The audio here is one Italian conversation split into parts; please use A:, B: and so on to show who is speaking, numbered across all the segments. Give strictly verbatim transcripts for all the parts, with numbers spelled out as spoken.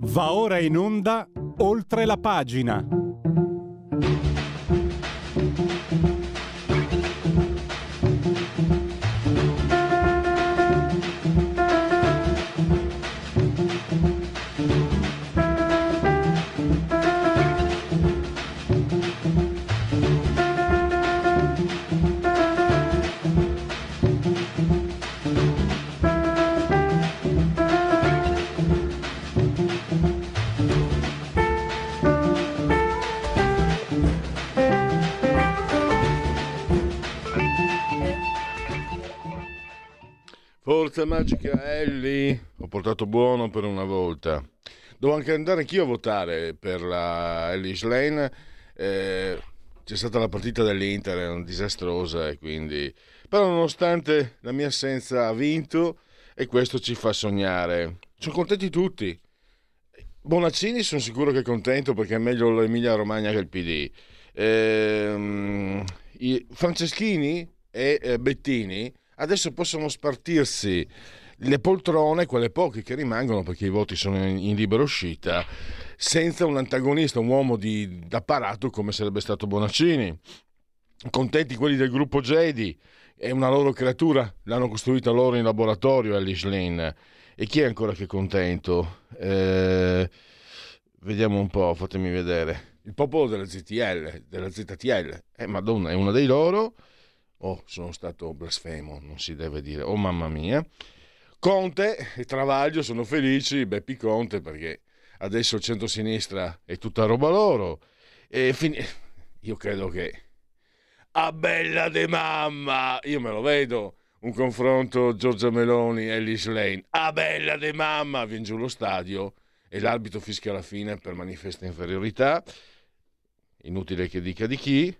A: Va ora in onda Oltre la pagina.
B: Forza Magica Ellie, ho portato buono per una volta. Devo anche andare anch'io a votare per la Ellis Lane. Eh, c'è stata la partita dell'Inter, è disastrosa, e quindi però nonostante la mia assenza ha vinto, e questo ci fa sognare. Sono contenti tutti. Bonaccini sono sicuro che è contento perché è meglio l'Emilia Romagna che il P D. Eh, i Franceschini e eh, Bettini adesso possono spartirsi le poltrone, quelle poche che rimangono perché i voti sono in, in libera uscita, senza un antagonista, un uomo di, d'apparato come sarebbe stato Bonaccini. Contenti quelli del gruppo Gedi, è una loro creatura, l'hanno costruita loro in laboratorio, Ellis Lane. E chi è ancora che è contento? Eh, vediamo un po', fatemi vedere. Il popolo della Z T L, della Z T L, eh, Madonna, è uno dei loro. Oh, sono stato blasfemo, non si deve dire. Oh, mamma mia. Conte e Travaglio sono felici, Beppi Conte, perché adesso il centro-sinistra è tutta roba loro. E fin... io credo che a bella de mamma, io me lo vedo, un confronto Giorgia Meloni e Ellis Lane. A bella de mamma, viene giù lo stadio e l'arbitro fischia alla fine per manifesta inferiorità. Inutile che dica di chi.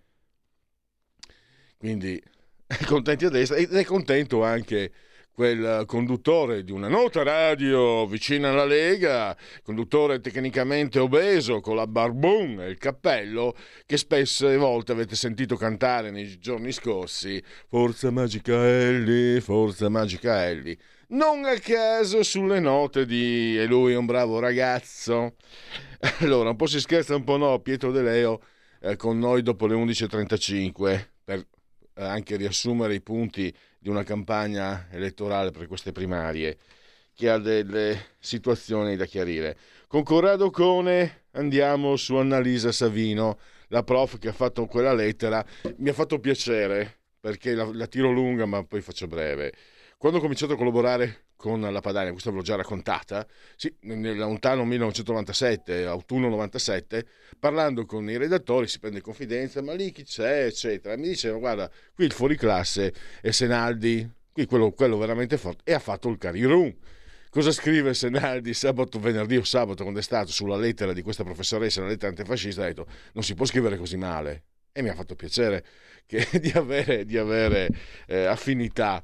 B: Quindi è contenti a destra ed è contento anche quel conduttore di una nota radio vicina alla Lega, conduttore tecnicamente obeso con la barbone e il cappello, che spesse volte avete sentito cantare nei giorni scorsi Forza Magica Ellie, Forza Magica Ellie. Non a caso sulle note di E lui è un bravo ragazzo. Allora, un po' si scherza, un po' no. Pietro De Leo eh, con noi dopo le undici e trentacinque per anche riassumere i punti di una campagna elettorale per queste primarie che ha delle situazioni da chiarire. Con Corrado Cone andiamo su Annalisa Savino, la prof che ha fatto quella lettera. Mi ha fatto piacere perché la, la tiro lunga ma poi faccio breve. Quando ho cominciato a collaborare con la Padania, questa ve l'ho già raccontata, sì, nel lontano millenovecentonovantasette, autunno novantasette, parlando con i redattori si prende confidenza, ma lì chi c'è, eccetera. E mi dicevano, guarda, qui il fuoriclasse è Senaldi, qui quello, quello veramente forte, e ha fatto il Cariroom. Cosa scrive Senaldi sabato, venerdì o sabato, quando è stato, sulla lettera di questa professoressa, la lettera antifascista, ha detto, non si può scrivere così male. E mi ha fatto piacere che, di avere, di avere eh, affinità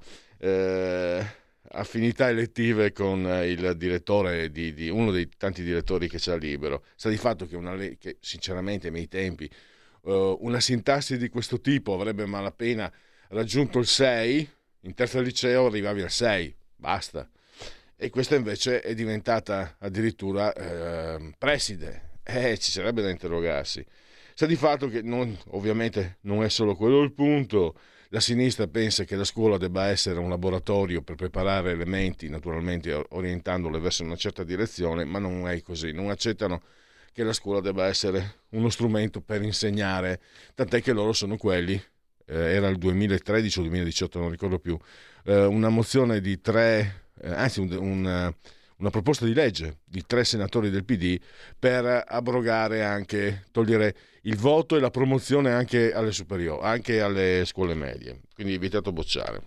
B: eh, affinità elettive con il direttore di, di uno dei tanti direttori che c'è libero. Sta di fatto che, una, che sinceramente ai miei tempi uh, una sintassi di questo tipo avrebbe malapena raggiunto il sei, in terza liceo arrivavi al sei, basta. E questa invece è diventata addirittura eh, preside, eh, ci sarebbe da interrogarsi. Sta di fatto che non, ovviamente non è solo quello il punto. La sinistra pensa che la scuola debba essere un laboratorio per preparare elementi, naturalmente orientandole verso una certa direzione, ma non è così. Non accettano che la scuola debba essere uno strumento per insegnare, tant'è che loro sono quelli, eh, era il duemilatredici o duemiladiciotto, non ricordo più, eh, una mozione di tre, eh, anzi un, un, una proposta di legge di tre senatori del P D per abrogare anche, togliere il voto e la promozione anche alle superiori, anche alle scuole medie, quindi evitato bocciare.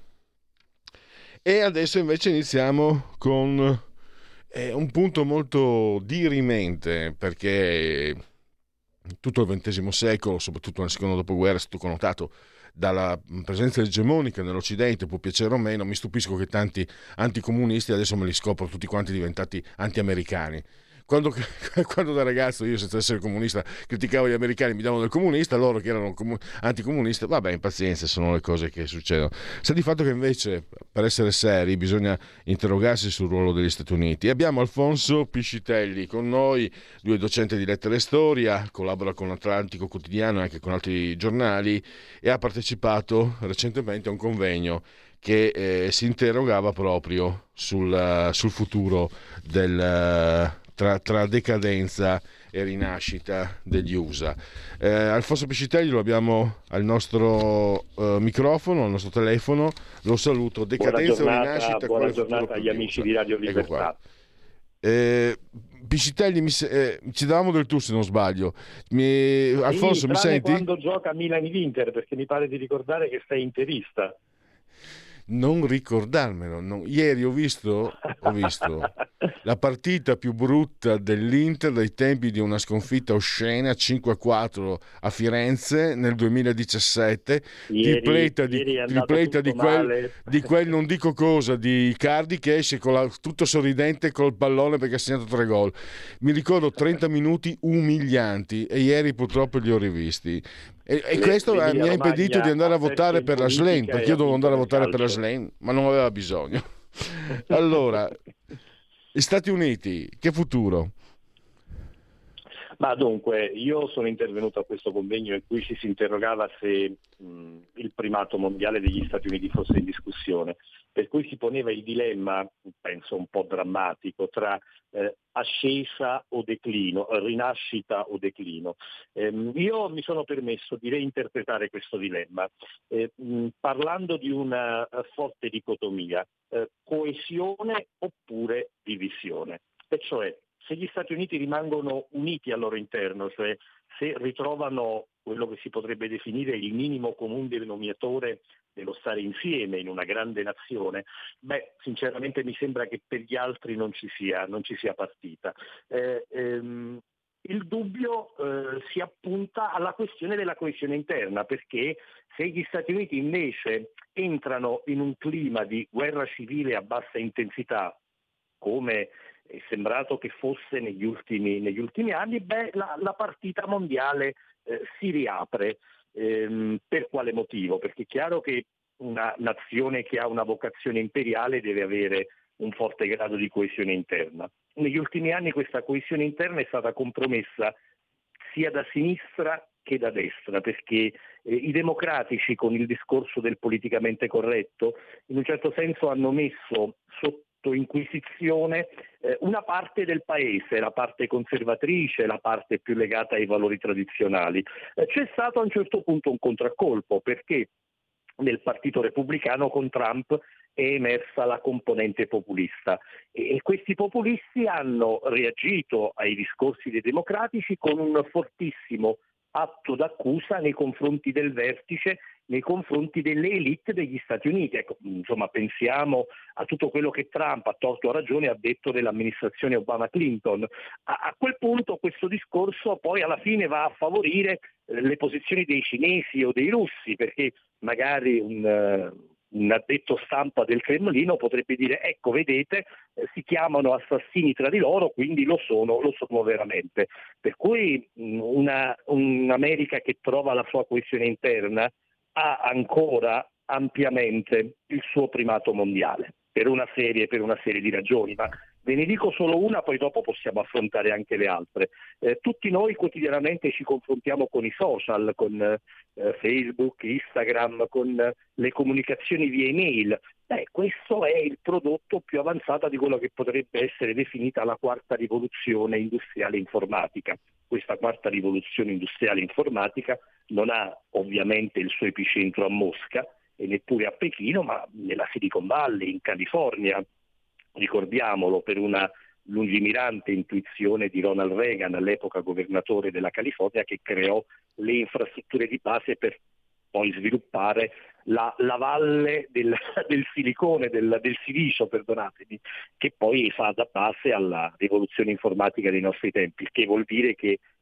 B: E adesso invece iniziamo con eh, un punto molto dirimente, perché tutto il ventesimo secolo, soprattutto nel secondo dopoguerra, è stato connotato dalla presenza egemonica nell'Occidente, può piacere o meno. Mi stupisco che tanti anticomunisti adesso me li scopro tutti quanti diventati anti-americani. quando, quando da ragazzo io, senza essere comunista, criticavo gli americani, mi davano del comunista, loro che erano comu- anticomunisti, vabbè, pazienza, sono le cose che succedono. Sta di fatto che invece, per essere seri, bisogna interrogarsi sul ruolo degli Stati Uniti. E abbiamo Alfonso Piscitelli con noi, lui è docente di lettere e storia, collabora con Atlantico Quotidiano e anche con altri giornali, e ha partecipato recentemente a un convegno che eh, si interrogava proprio sul, sul futuro del, tra, tra decadenza e rinascita degli U S A. Eh, Alfonso Piscitelli lo abbiamo al nostro eh, microfono, al nostro telefono, lo saluto. Decadenza o rinascita?
C: Buona giornata agli amici di Radio Libertà.
B: Eh, Piscitelli, mi, eh, ci davamo del tu se non sbaglio. Mi,
C: sì,
B: Alfonso, mi senti?
C: Quando gioca Milan-Inter, perché mi pare di ricordare che sei interista.
B: Non ricordarmelo. Non... Ieri ho visto, ho visto la partita più brutta dell'Inter dai tempi di una sconfitta oscena cinque a quattro a Firenze nel duemiladiciassette.
C: Ieri,
B: tripletta di,
C: ieri
B: tripletta di quel, di quel non dico cosa di Icardi che esce con la, tutto sorridente col pallone perché ha segnato tre gol. Mi ricordo trenta minuti umilianti e ieri purtroppo li ho rivisti. E, e questo mi ha impedito di andare a votare per la Schlein, perché io dovevo andare a votare per la Schlein, ma non aveva bisogno. Allora, gli Stati Uniti, che futuro?
C: Ma dunque, io sono intervenuto a questo convegno in cui ci si interrogava se mh, il primato mondiale degli Stati Uniti fosse in discussione, per cui si poneva il dilemma, penso un po' drammatico, tra eh, ascesa o declino, rinascita o declino. Eh, io mi sono permesso di reinterpretare questo dilemma, eh, mh, parlando di una uh, forte dicotomia, eh, coesione oppure divisione, e cioè se gli Stati Uniti rimangono uniti al loro interno, cioè se ritrovano quello che si potrebbe definire il minimo comune denominatore dello stare insieme in una grande nazione, beh, sinceramente mi sembra che per gli altri non ci sia, non ci sia partita. Eh, ehm, il dubbio eh, si appunta alla questione della coesione interna, perché se gli Stati Uniti invece entrano in un clima di guerra civile a bassa intensità, come è sembrato che fosse negli ultimi, negli ultimi anni, beh, la, la partita mondiale eh, si riapre. Ehm, per quale motivo? Perché è chiaro che una nazione che ha una vocazione imperiale deve avere un forte grado di coesione interna. Negli ultimi anni questa coesione interna è stata compromessa sia da sinistra che da destra, perché eh, i democratici, con il discorso del politicamente corretto, in un certo senso hanno messo sotto inquisizione eh, una parte del paese, la parte conservatrice, la parte più legata ai valori tradizionali. Eh, c'è stato a un certo punto un contraccolpo, perché nel Partito Repubblicano con Trump è emersa la componente populista e, e questi populisti hanno reagito ai discorsi dei democratici con un fortissimo atto d'accusa nei confronti del vertice, nei confronti delle elite degli Stati Uniti. Ecco, insomma, pensiamo a tutto quello che Trump, a torto o a ragione, ha detto dell'amministrazione Obama-Clinton. A, a quel punto questo discorso poi alla fine va a favorire eh, le posizioni dei cinesi o dei russi, perché magari un... Uh, un addetto stampa del Cremlino potrebbe dire: ecco, vedete, eh, si chiamano assassini tra di loro, quindi lo sono, lo sono veramente. Per cui mh, una, un'America che trova la sua coesione interna ha ancora ampiamente il suo primato mondiale, per una serie, per una serie di ragioni, ma ve ne dico solo una, poi dopo possiamo affrontare anche le altre. Eh, tutti noi quotidianamente ci confrontiamo con i social, con eh, Facebook, Instagram, con eh, le comunicazioni via email. Beh, questo è il prodotto più avanzato di quello che potrebbe essere definita la quarta rivoluzione industriale informatica. Questa quarta rivoluzione industriale informatica non ha ovviamente il suo epicentro a Mosca e neppure a Pechino, ma nella Silicon Valley, in California. Ricordiamolo, per una lungimirante intuizione di Ronald Reagan, all'epoca governatore della California, che creò le infrastrutture di base per poi sviluppare la, la valle del, del silicone, del, del silicio, perdonatemi, che poi fa da base alla rivoluzione informatica dei nostri tempi, il che vuol dire che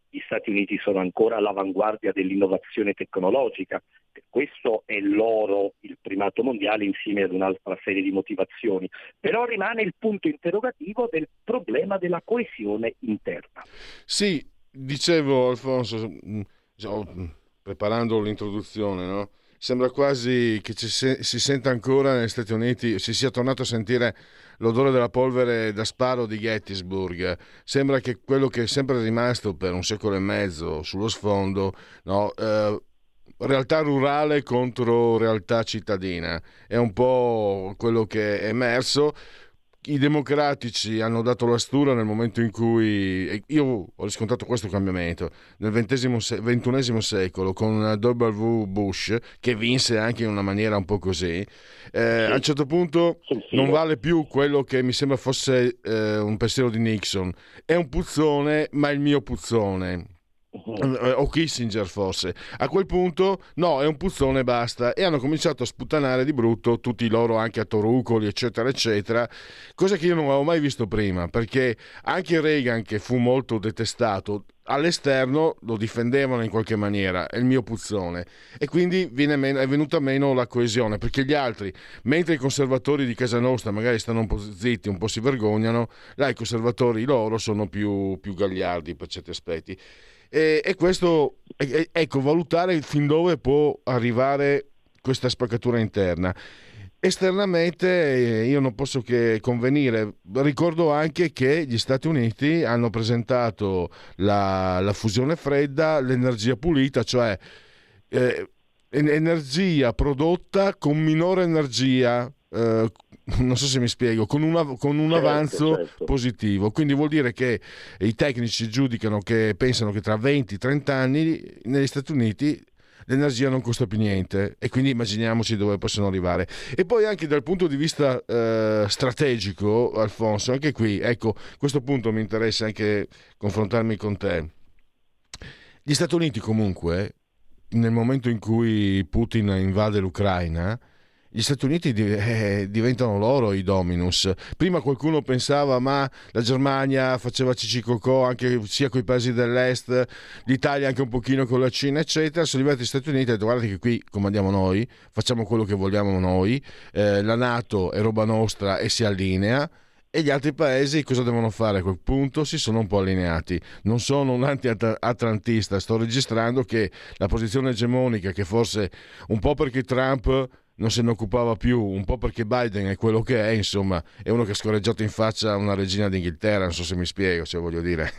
C: gli Stati Uniti sono ancora all'avanguardia dell'innovazione tecnologica. Questo è loro il primato mondiale insieme ad un'altra serie di motivazioni. Però rimane il punto interrogativo del problema della coesione interna.
B: Sì, dicevo Alfonso, preparando l'introduzione, no? Sembra quasi che ci se- si senta ancora negli Stati Uniti, si sia tornato a sentire l'odore della polvere da sparo di Gettysburg. Sembra che quello che è sempre rimasto per un secolo e mezzo sullo sfondo, no? Eh, realtà rurale contro realtà cittadina, è un po' quello che è emerso. I democratici hanno dato la stura nel momento in cui io ho riscontrato questo cambiamento nel ventesimo, ventunesimo secolo con W. Bush, che vinse anche in una maniera un po' così. Eh, a un certo punto non vale più quello che mi sembra fosse eh, un pensiero di Nixon. È un puzzone, ma è il mio puzzone. O Kissinger forse. A quel punto no, è un puzzone, basta, e hanno cominciato a sputtanare di brutto tutti loro, anche a Torucoli eccetera eccetera, cosa che io non avevo mai visto prima, perché anche Reagan, che fu molto detestato, all'esterno lo difendevano in qualche maniera, è il mio puzzone, e quindi viene meno, è venuta meno la coesione, perché gli altri, mentre i conservatori di casa nostra magari stanno un po' zitti, un po' si vergognano, là i conservatori loro sono più, più gagliardi per certi aspetti. E, e questo, ecco, valutare fin dove può arrivare questa spaccatura interna. Esternamente io non posso che convenire. Ricordo anche che gli Stati Uniti hanno presentato la, la fusione fredda, l'energia pulita, cioè eh, energia prodotta con minore energia, eh, non so se mi spiego, con, una, con un
C: Certo,
B: avanzo
C: certo.
B: positivo. Quindi vuol dire che i tecnici giudicano, che pensano che tra venti trenta anni negli Stati Uniti l'energia non costa più niente, e quindi immaginiamoci dove possono arrivare. E poi anche dal punto di vista eh, strategico, Alfonso, anche qui, ecco, questo punto mi interessa anche confrontarmi con te. Gli Stati Uniti comunque, nel momento in cui Putin invade l'Ucraina, gli Stati Uniti eh, diventano loro i dominus. Prima qualcuno pensava, ma la Germania faceva cicicocò anche sia con i paesi dell'est, l'Italia anche un pochino con la Cina eccetera. Sono arrivati gli Stati Uniti e hanno detto: guardate che qui comandiamo noi, facciamo quello che vogliamo noi, eh, la NATO è roba nostra e si allinea. E gli altri paesi cosa devono fare? A quel punto si sono un po' allineati. Non sono un anti-atlantista, sto registrando che la posizione egemonica, che forse un po' perché Trump non se ne occupava più, un po' perché Biden è quello che è, insomma, è uno che ha scorreggiato in faccia una regina d'Inghilterra, non so se mi spiego, se voglio dire.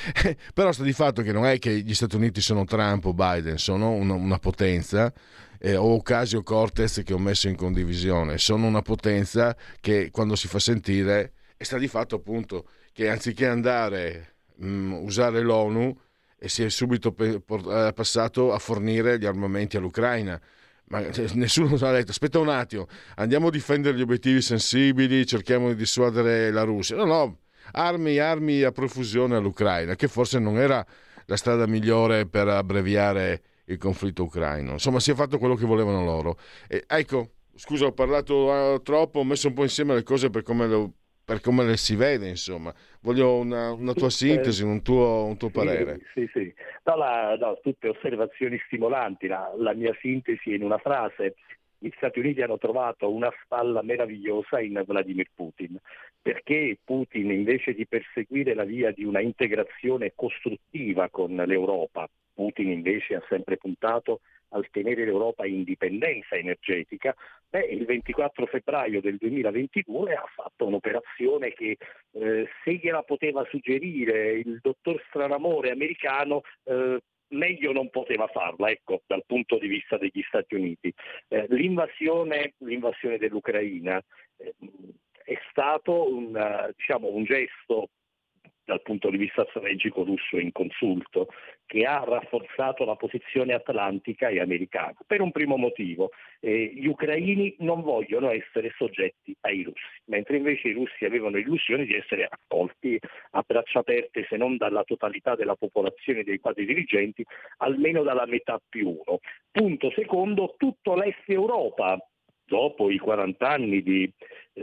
B: Però sta di fatto che non è che gli Stati Uniti sono Trump o Biden, sono una, una potenza, eh, o Ocasio-Cortez che ho messo in condivisione, sono una potenza che quando si fa sentire, e sta di fatto appunto che anziché andare mh, usare l'ONU, e si è subito pe- por- passato a fornire gli armamenti all'Ucraina. Ma nessuno ha detto: aspetta un attimo, andiamo a difendere gli obiettivi sensibili, cerchiamo di dissuadere la Russia. No, no, armi, armi a profusione all'Ucraina, che forse non era la strada migliore per abbreviare il conflitto ucraino. Insomma, si è fatto quello che volevano loro. E, ecco, scusa, ho parlato uh, troppo, ho messo un po' insieme le cose per come le, per come le si vede, insomma. Voglio una, una tua sintesi, un tuo, un tuo
C: sì,
B: parere.
C: Sì, sì. No, la, no, tutte osservazioni stimolanti. La, la mia sintesi è in una frase: gli Stati Uniti hanno trovato una spalla meravigliosa in Vladimir Putin, perché Putin, invece di perseguire la via di una integrazione costruttiva con l'Europa, Putin invece ha sempre puntato al tenere l'Europa in dipendenza energetica. Beh, il ventiquattro febbraio del duemilaventidue ha fatto un'operazione che eh, se gliela poteva suggerire il dottor Stranamore americano, eh, meglio non poteva farla, ecco, dal punto di vista degli Stati Uniti. Eh, l'invasione, l'invasione dell'Ucraina eh, è stato un, uh, diciamo, un gesto dal punto di vista strategico russo inconsulto, che ha rafforzato la posizione atlantica e americana, per un primo motivo: eh, gli ucraini non vogliono essere soggetti ai russi, mentre invece i russi avevano illusioni di essere accolti a braccia aperte, se non dalla totalità della popolazione dei quadri dirigenti, almeno dalla metà più uno. Punto secondo: tutto l'est Europa, dopo i quaranta anni di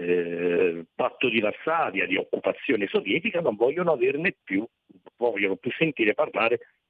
C: eh, patto di Varsavia, di occupazione sovietica, non vogliono averne più, vogliono più sentire parlare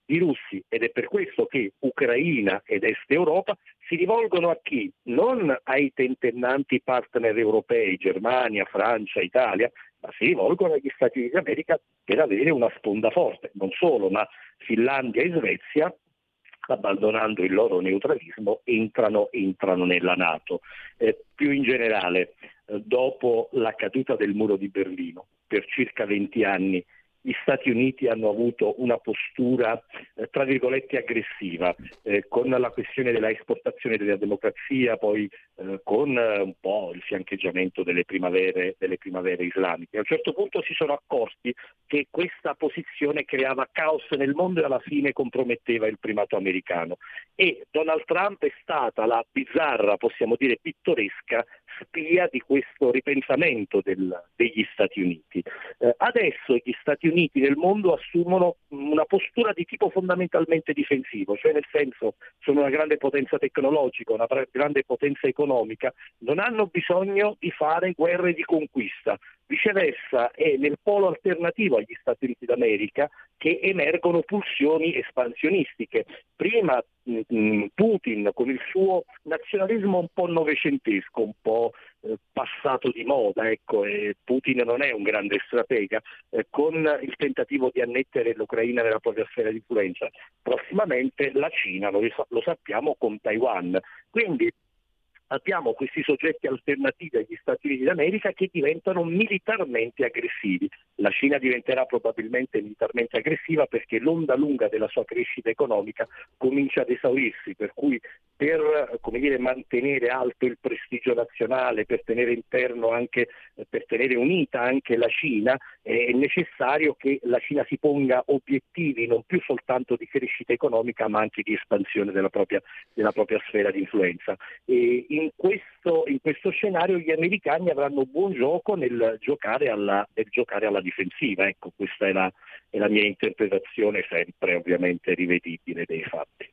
C: i russi, ed è per questo che Ucraina ed Est Europa si rivolgono a chi? Non ai tentennanti partner europei, Germania, Francia, Italia, ma si rivolgono agli Stati Uniti d'America per avere una sponda forte. Non solo, ma Finlandia e Svezia, abbandonando il loro neutralismo, entrano, entrano nella NATO. Eh, più in generale, eh, dopo la caduta del muro di Berlino, per circa venti anni, gli Stati Uniti hanno avuto una postura eh, tra virgolette aggressiva, eh, con la questione della esportazione della democrazia, poi eh, con eh, un po' il fiancheggiamento delle primavere, delle primavere islamiche. A un certo punto si sono accorti che questa posizione creava caos nel mondo e alla fine comprometteva il primato americano. E Donald Trump è stata la bizzarra, possiamo dire pittoresca, spia di questo ripensamento del, degli Stati Uniti. Eh, adesso gli Stati Uniti nel mondo assumono una postura di tipo fondamentalmente difensivo, cioè nel senso sono una grande potenza tecnologica, una grande potenza economica, non hanno bisogno di fare guerre di conquista. Viceversa è nel polo alternativo agli Stati Uniti d'America che emergono pulsioni espansionistiche. Prima mh, Putin con il suo nazionalismo un po' novecentesco, un po' eh, passato di moda, ecco, e Putin non è un grande stratega, eh, con il tentativo di annettere l'Ucraina nella propria sfera di influenza. Prossimamente la Cina, lo, lo sappiamo, con Taiwan. Quindi abbiamo questi soggetti alternativi agli Stati Uniti d'America che diventano militarmente aggressivi. La Cina diventerà probabilmente militarmente aggressiva perché l'onda lunga della sua crescita economica comincia ad esaurirsi, per cui per, come dire, mantenere alto il prestigio nazionale, per tenere interno anche, per tenere unita anche la Cina, è necessario che la Cina si ponga obiettivi non più soltanto di crescita economica ma anche di espansione della propria, della propria sfera di influenza. E in questo, in questo scenario gli americani avranno buon gioco nel giocare alla, nel giocare alla difensiva. Ecco, questa è la, è la mia interpretazione, sempre ovviamente rivedibile dei fatti.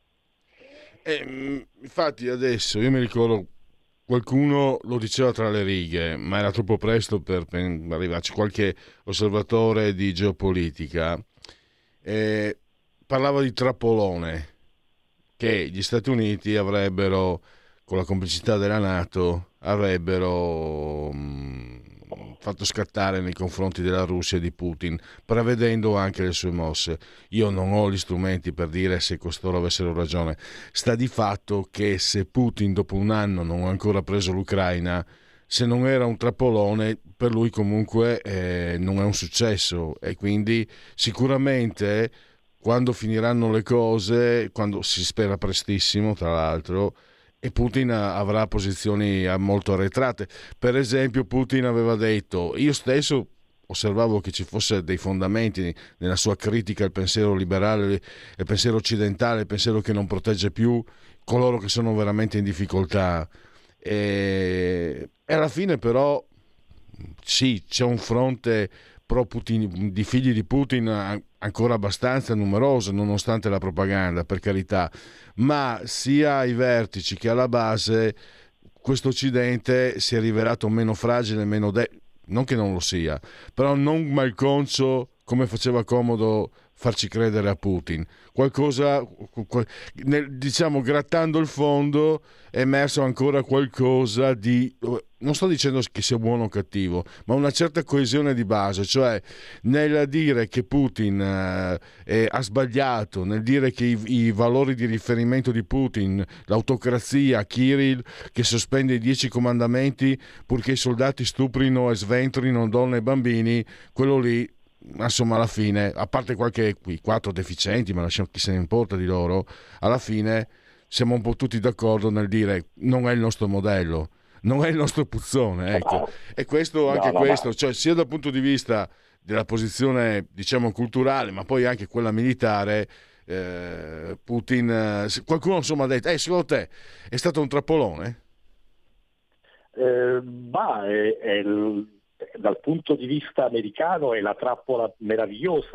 B: Eh, infatti adesso io mi ricordo qualcuno lo diceva tra le righe, ma era troppo presto per, per arrivarci. Qualche osservatore di geopolitica eh, parlava di trappolone che gli Stati Uniti avrebbero, con la complicità della NATO, avrebbero mh, fatto scattare nei confronti della Russia e di Putin, prevedendo anche le sue mosse. Io non ho gli strumenti per dire se costoro avessero ragione. Sta di fatto che se Putin dopo un anno non ha ancora preso l'Ucraina, se non era un trappolone, per lui comunque eh, non è un successo, e quindi sicuramente quando finiranno le cose, quando si spera prestissimo tra l'altro, e Putin avrà posizioni molto arretrate. Per esempio Putin aveva detto, io stesso osservavo che ci fosse dei fondamenti nella sua critica al pensiero liberale, al pensiero occidentale, il pensiero che non protegge più coloro che sono veramente in difficoltà, e, e alla fine però sì, c'è un fronte pro Putin, di figli di Putin ancora abbastanza numeroso, nonostante la propaganda, per carità, ma sia ai vertici che alla base questo Occidente si è rivelato meno fragile, meno de- non che non lo sia, però non malconcio come faceva comodo farci credere a Putin. Qualcosa, nel, diciamo, grattando il fondo è emerso ancora qualcosa di, non sto dicendo che sia buono o cattivo, ma una certa coesione di base, cioè nel dire che Putin eh, è, ha sbagliato, nel dire che i, i valori di riferimento di Putin, l'autocrazia, Kirill che sospende i dieci comandamenti purché i soldati stuprino e sventrino donne e bambini, quello lì, insomma, alla fine, a parte qualche qui quattro deficienti, ma lasciamo, chi se ne importa di loro, alla fine siamo un po' tutti d'accordo nel dire non è il nostro modello, non è il nostro puzzone, ecco. E questo, anche no, no, questo, no. Cioè sia dal punto di vista della posizione, diciamo, culturale, ma poi anche quella militare, eh, Putin, eh, qualcuno insomma ha detto, eh, secondo te è stato un trappolone?
C: Eh, ma è, è il... dal punto di vista americano è la trappola meravigliosa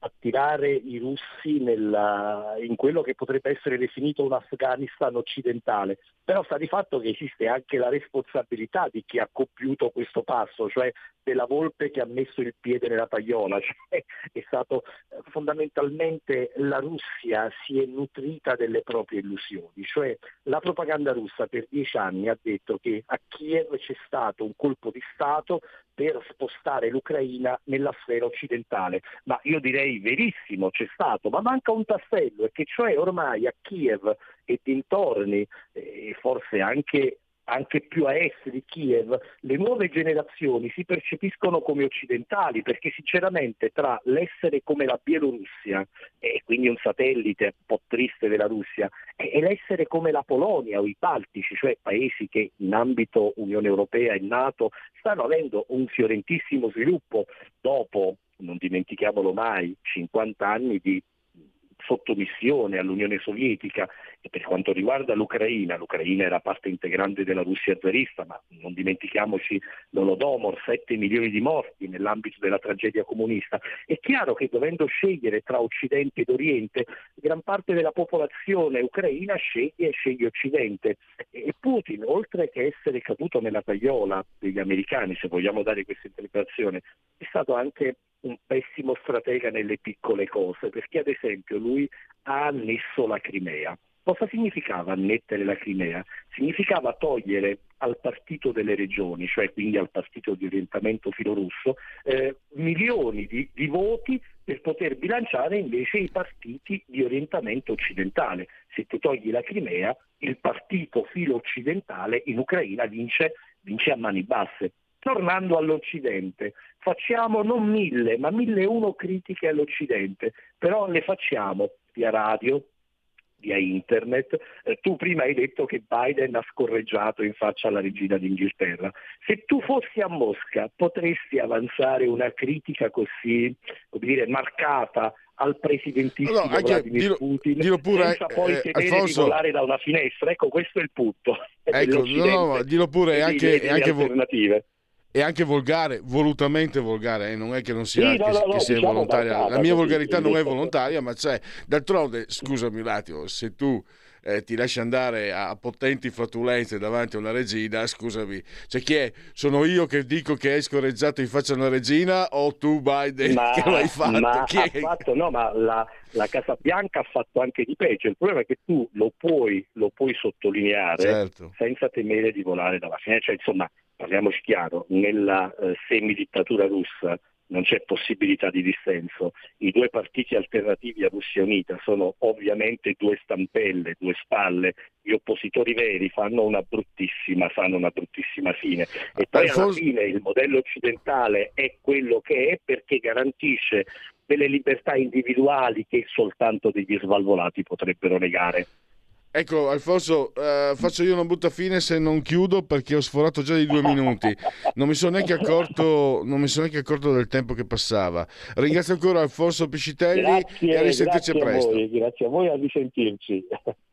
C: attirare i russi nella, in quello che potrebbe essere definito un Afghanistan occidentale, però sta di fatto che esiste anche la responsabilità di chi ha compiuto questo passo, cioè della volpe che ha messo il piede nella tagliola, cioè è stato fondamentalmente la Russia si è nutrita delle proprie illusioni, cioè la propaganda russa per dieci anni ha detto che a Kiev c'è stato un colpo di Stato per spostare l'Ucraina nella sfera occidentale, ma io direi verissimo, c'è stato, ma manca un tassello, e che cioè ormai a Kiev e dintorni, e forse anche anche più a est di Kiev, le nuove generazioni si percepiscono come occidentali, perché sinceramente tra l'essere come la Bielorussia, e quindi un satellite un po' triste della Russia, e l'essere come la Polonia o i Baltici, cioè paesi che in ambito Unione Europea e NATO stanno avendo un fiorentissimo sviluppo dopo, non dimentichiamolo mai, cinquanta anni di sottomissione all'Unione Sovietica. E per quanto riguarda l'Ucraina, l'Ucraina era parte integrante della Russia zarista, ma non dimentichiamoci l'Olodomor, sette milioni di morti nell'ambito della tragedia comunista. È chiaro che dovendo scegliere tra Occidente ed Oriente, gran parte della popolazione ucraina sceglie, sceglie Occidente. E Putin, oltre che essere caduto nella tagliola degli americani, se vogliamo dare questa interpretazione, è stato anche un pessimo stratega nelle piccole cose, perché ad esempio lui ha annesso la Crimea. Cosa significava annettere la Crimea? Significava togliere al partito delle regioni, cioè quindi al partito di orientamento filorusso, eh, milioni di, di voti per poter bilanciare invece i partiti di orientamento occidentale. Se tu togli la Crimea, il partito filo occidentale in Ucraina vince, vince a mani basse. Tornando all'Occidente, facciamo non mille, ma mille e uno critiche all'Occidente, però le facciamo via radio, via internet. Eh, tu prima hai detto che Biden ha scorreggiato in faccia alla regina d'Inghilterra. Se tu fossi a Mosca, potresti avanzare una critica così, come dire, marcata al presidentissimo
B: no,
C: Vladimir
B: dillo,
C: Putin,
B: dillo pure,
C: senza poi
B: eh,
C: temere
B: Alfonso,
C: di volare da una finestra? Ecco, questo è il punto.
B: ecco, no, no, ma dillo pure, è anche, è anche vo-
C: alternative.
B: è anche volgare, volutamente volgare, eh? Non è che non sia,
C: Sì, no,
B: che,
C: no,
B: che
C: no,
B: sia
C: diciamo
B: volontaria.
C: marcata,
B: La mia
C: così,
B: volgarità non è
C: invece.
B: volontaria, ma c'è. D'altronde, scusami un attimo, se tu eh, ti lasci andare a potenti flatulenze davanti a una regina, scusami, cioè chi è? Sono io che dico che hai scorreggiato in faccia a una regina o tu Biden
C: Ma,
B: che lo hai fatto?
C: ma
B: Chi
C: ha
B: è che-
C: fatto, no, ma la, la Casa Bianca ha fatto anche di peggio. Il problema è che tu lo puoi, lo puoi sottolineare
B: Certo.
C: senza temere di volare dalla finestra. Cioè, insomma, parliamoci chiaro, nella eh, semidittatura russa non c'è possibilità di dissenso. I due partiti alternativi a Russia Unita sono ovviamente due stampelle, due spalle. Gli oppositori veri fanno una bruttissima, fanno una bruttissima fine. E poi alla
B: Alfonso-
C: fine il modello occidentale è quello che è perché garantisce delle libertà individuali che soltanto degli svalvolati potrebbero negare.
B: Ecco, Alfonso, eh, faccio io una brutta fine se non chiudo perché ho sforato già di due minuti. Non mi sono neanche accorto, non mi sono neanche accorto del tempo che passava. Ringrazio ancora Alfonso Piscitelli
C: Grazie,
B: e a risentirci
C: grazie a
B: presto.
C: voi, grazie a voi, a risentirci.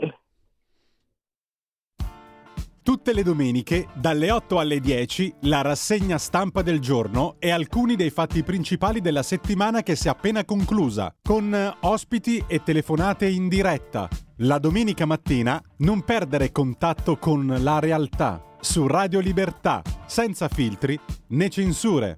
A: Tutte le domeniche, dalle otto alle dieci, la rassegna stampa del giorno e alcuni dei fatti principali della settimana che si è appena conclusa, con ospiti e telefonate in diretta. La domenica mattina non perdere contatto con la realtà su Radio Libertà, senza filtri né censure.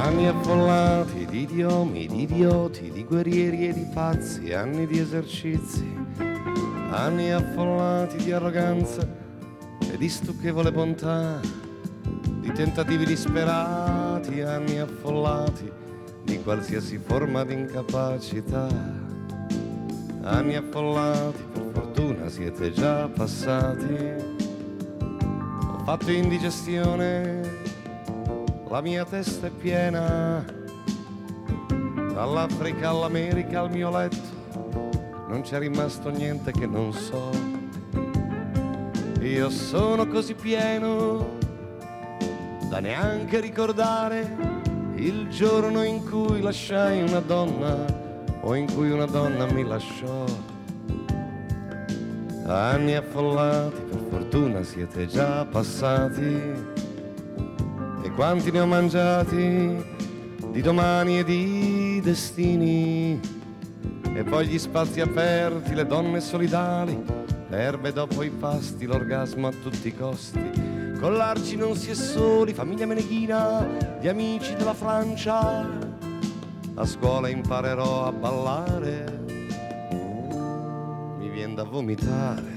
D: Anni affollati di idiomi, di idioti, di guerrieri e di pazzi, anni di esercizi, anni affollati di arroganza e di stucchevole bontà, di tentativi disperati, anni affollati di qualsiasi forma di incapacità, anni affollati, per fortuna siete già passati. Ho fatto indigestione, la mia testa è piena, dall'Africa all'America al mio letto non c'è rimasto niente che non so. Io sono così pieno da neanche ricordare il giorno in cui lasciai una donna o in cui una donna mi lasciò. Anni affollati, per fortuna siete già passati. E quanti ne ho mangiati di domani e di destini, e poi gli spazi aperti, le donne solidali, le erbe dopo i pasti, l'orgasmo a tutti i costi. Con l'Arci non si è soli, famiglia meneghina, gli amici della Francia. A scuola imparerò a ballare, mi vien da vomitare.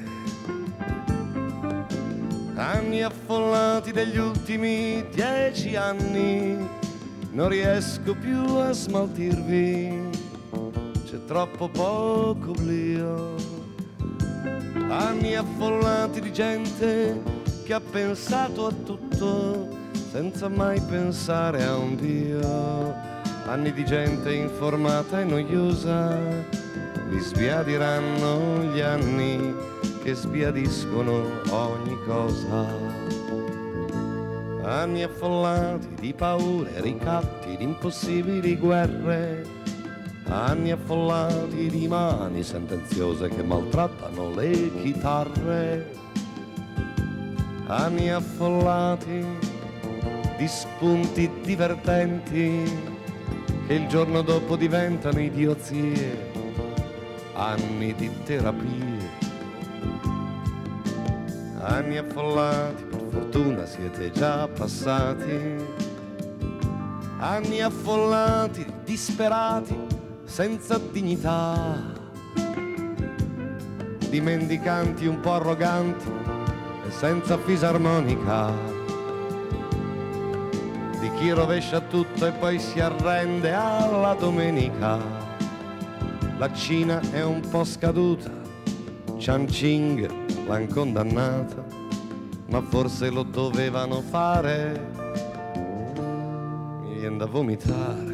D: Anni affollati degli ultimi dieci anni, non riesco più a smaltirvi, c'è troppo poco oblio. Anni affollati di gente che ha pensato a tutto senza mai pensare a un Dio. Anni di gente informata e noiosa, vi sbiadiranno gli anni che sbiadiscono ogni cosa. Anni affollati di paure, ricatti, di impossibili guerre, anni affollati di mani sentenziose che maltrattano le chitarre, anni affollati di spunti divertenti che il giorno dopo diventano idiozie, anni di terapie. Anni affollati, per fortuna siete già passati. Anni affollati, disperati, senza dignità, di mendicanti un po' arroganti e senza fisarmonica, di chi rovescia tutto e poi si arrende alla domenica. La Cina è un po' scaduta, Changqing l'han condannata, ma forse lo dovevano fare, mi viene da vomitare.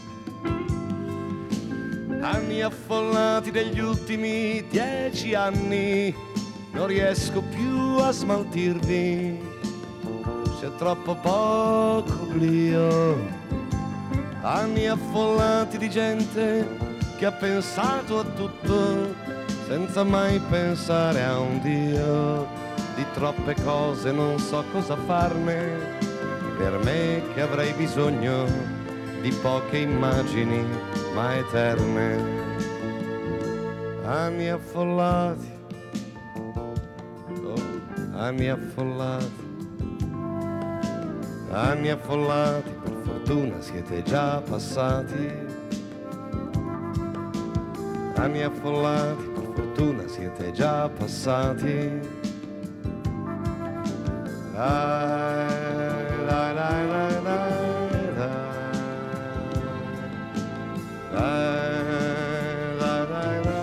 D: Anni affollati degli ultimi dieci anni, non riesco più a smaltirvi, c'è troppo poco oblio. Anni affollati di gente che ha pensato a tutto senza mai pensare a un Dio, di troppe cose non so cosa farne, per me che avrei bisogno di poche immagini ma eterne. Anni affollati, oh, anni affollati, anni affollati, per fortuna siete già passati. Anni affollati, per fortuna siete già passati. Dai, dai, dai, dai, dai, dai, dai, dai, dai.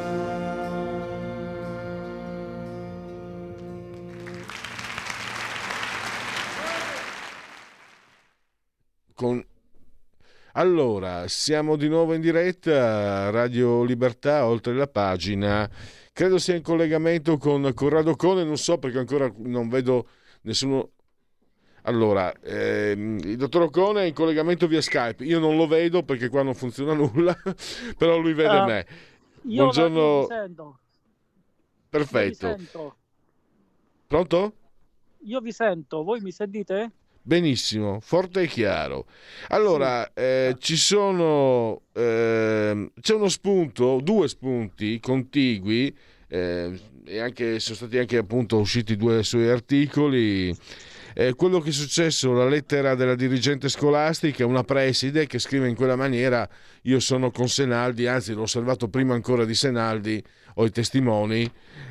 B: Con... Allora, siamo di nuovo in diretta, Radio Libertà, oltre la pagina. Credo sia in collegamento con Corrado Cone, non so perché ancora non vedo nessuno. Allora, ehm, il dottor Ocone è in collegamento via Skype, io non lo vedo perché qua non funziona nulla, però lui vede uh, me.
E: Io Buongiorno. Vi sento.
B: Perfetto.
E: Io vi sento.
B: Pronto?
E: Io vi sento, voi mi sentite?
B: Benissimo, forte e chiaro. Allora, eh, ci sono eh, c'è uno spunto, due spunti contigui, eh, e anche sono stati anche appunto usciti due suoi articoli. eh, quello che è successo, la lettera della dirigente scolastica, una preside che scrive in quella maniera: io sono con Senaldi, anzi l'ho osservato prima ancora di Senaldi, ho i testimoni,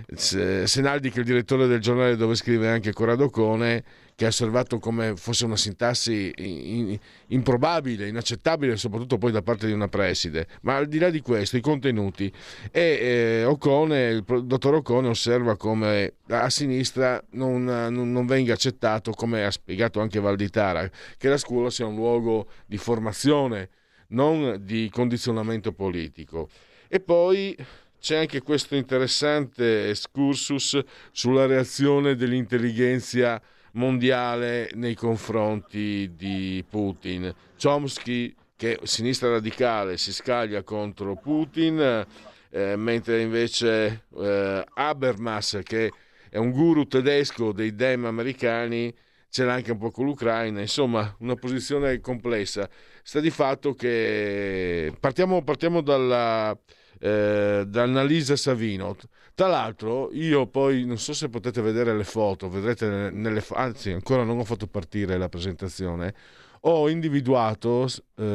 B: Senaldi che è il direttore del giornale dove scrive anche Corrado Cone, che ha osservato come fosse una sintassi in, improbabile, inaccettabile, soprattutto poi da parte di una preside. Ma al di là di questo, i contenuti. E eh, Ocone, il dottor Ocone osserva come a sinistra non, non, non venga accettato, come ha spiegato anche Valditara, che la scuola sia un luogo di formazione, non di condizionamento politico. E poi c'è anche questo interessante excursus sulla reazione dell'intelligenza mondiale nei confronti di Putin. Chomsky, che è sinistra radicale, si scaglia contro Putin, eh, mentre invece eh, Habermas, che è un guru tedesco dei Dem americani, ce l'ha anche un po' con l'Ucraina. Insomma, una posizione complessa. Sta di fatto che partiamo, partiamo dalla eh, da Annalisa Savino. Tra l'altro, io poi non so se potete vedere le foto, vedrete nelle, anzi ancora non ho fatto partire la presentazione, ho individuato,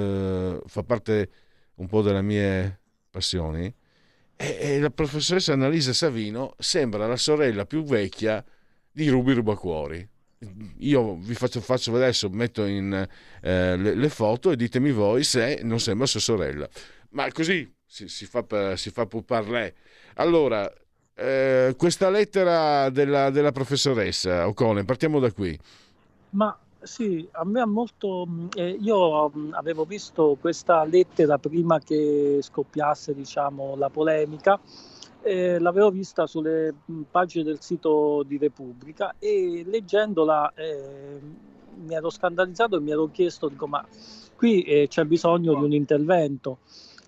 B: eh, fa parte un po' delle mie passioni, e, e la professoressa Annalisa Savino sembra la sorella più vecchia di Rubi Rubacuori. Io vi faccio, faccio adesso, metto in eh, le, le foto e ditemi voi se non sembra sua sorella, ma così si, si fa per, si fa pour parler. Allora, eh, questa lettera della, della professoressa Ocone, partiamo da qui.
E: Ma sì, a me ha molto... Eh, io mh, avevo visto questa lettera prima che scoppiasse, diciamo, la polemica. Eh, l'avevo vista sulle mh, pagine del sito di Repubblica e leggendola eh, mi ero scandalizzato e mi ero chiesto, dico, ma qui eh, c'è bisogno di un intervento,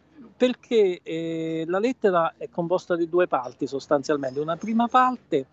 E: perché eh, la lettera è composta di due parti sostanzialmente. Una prima parte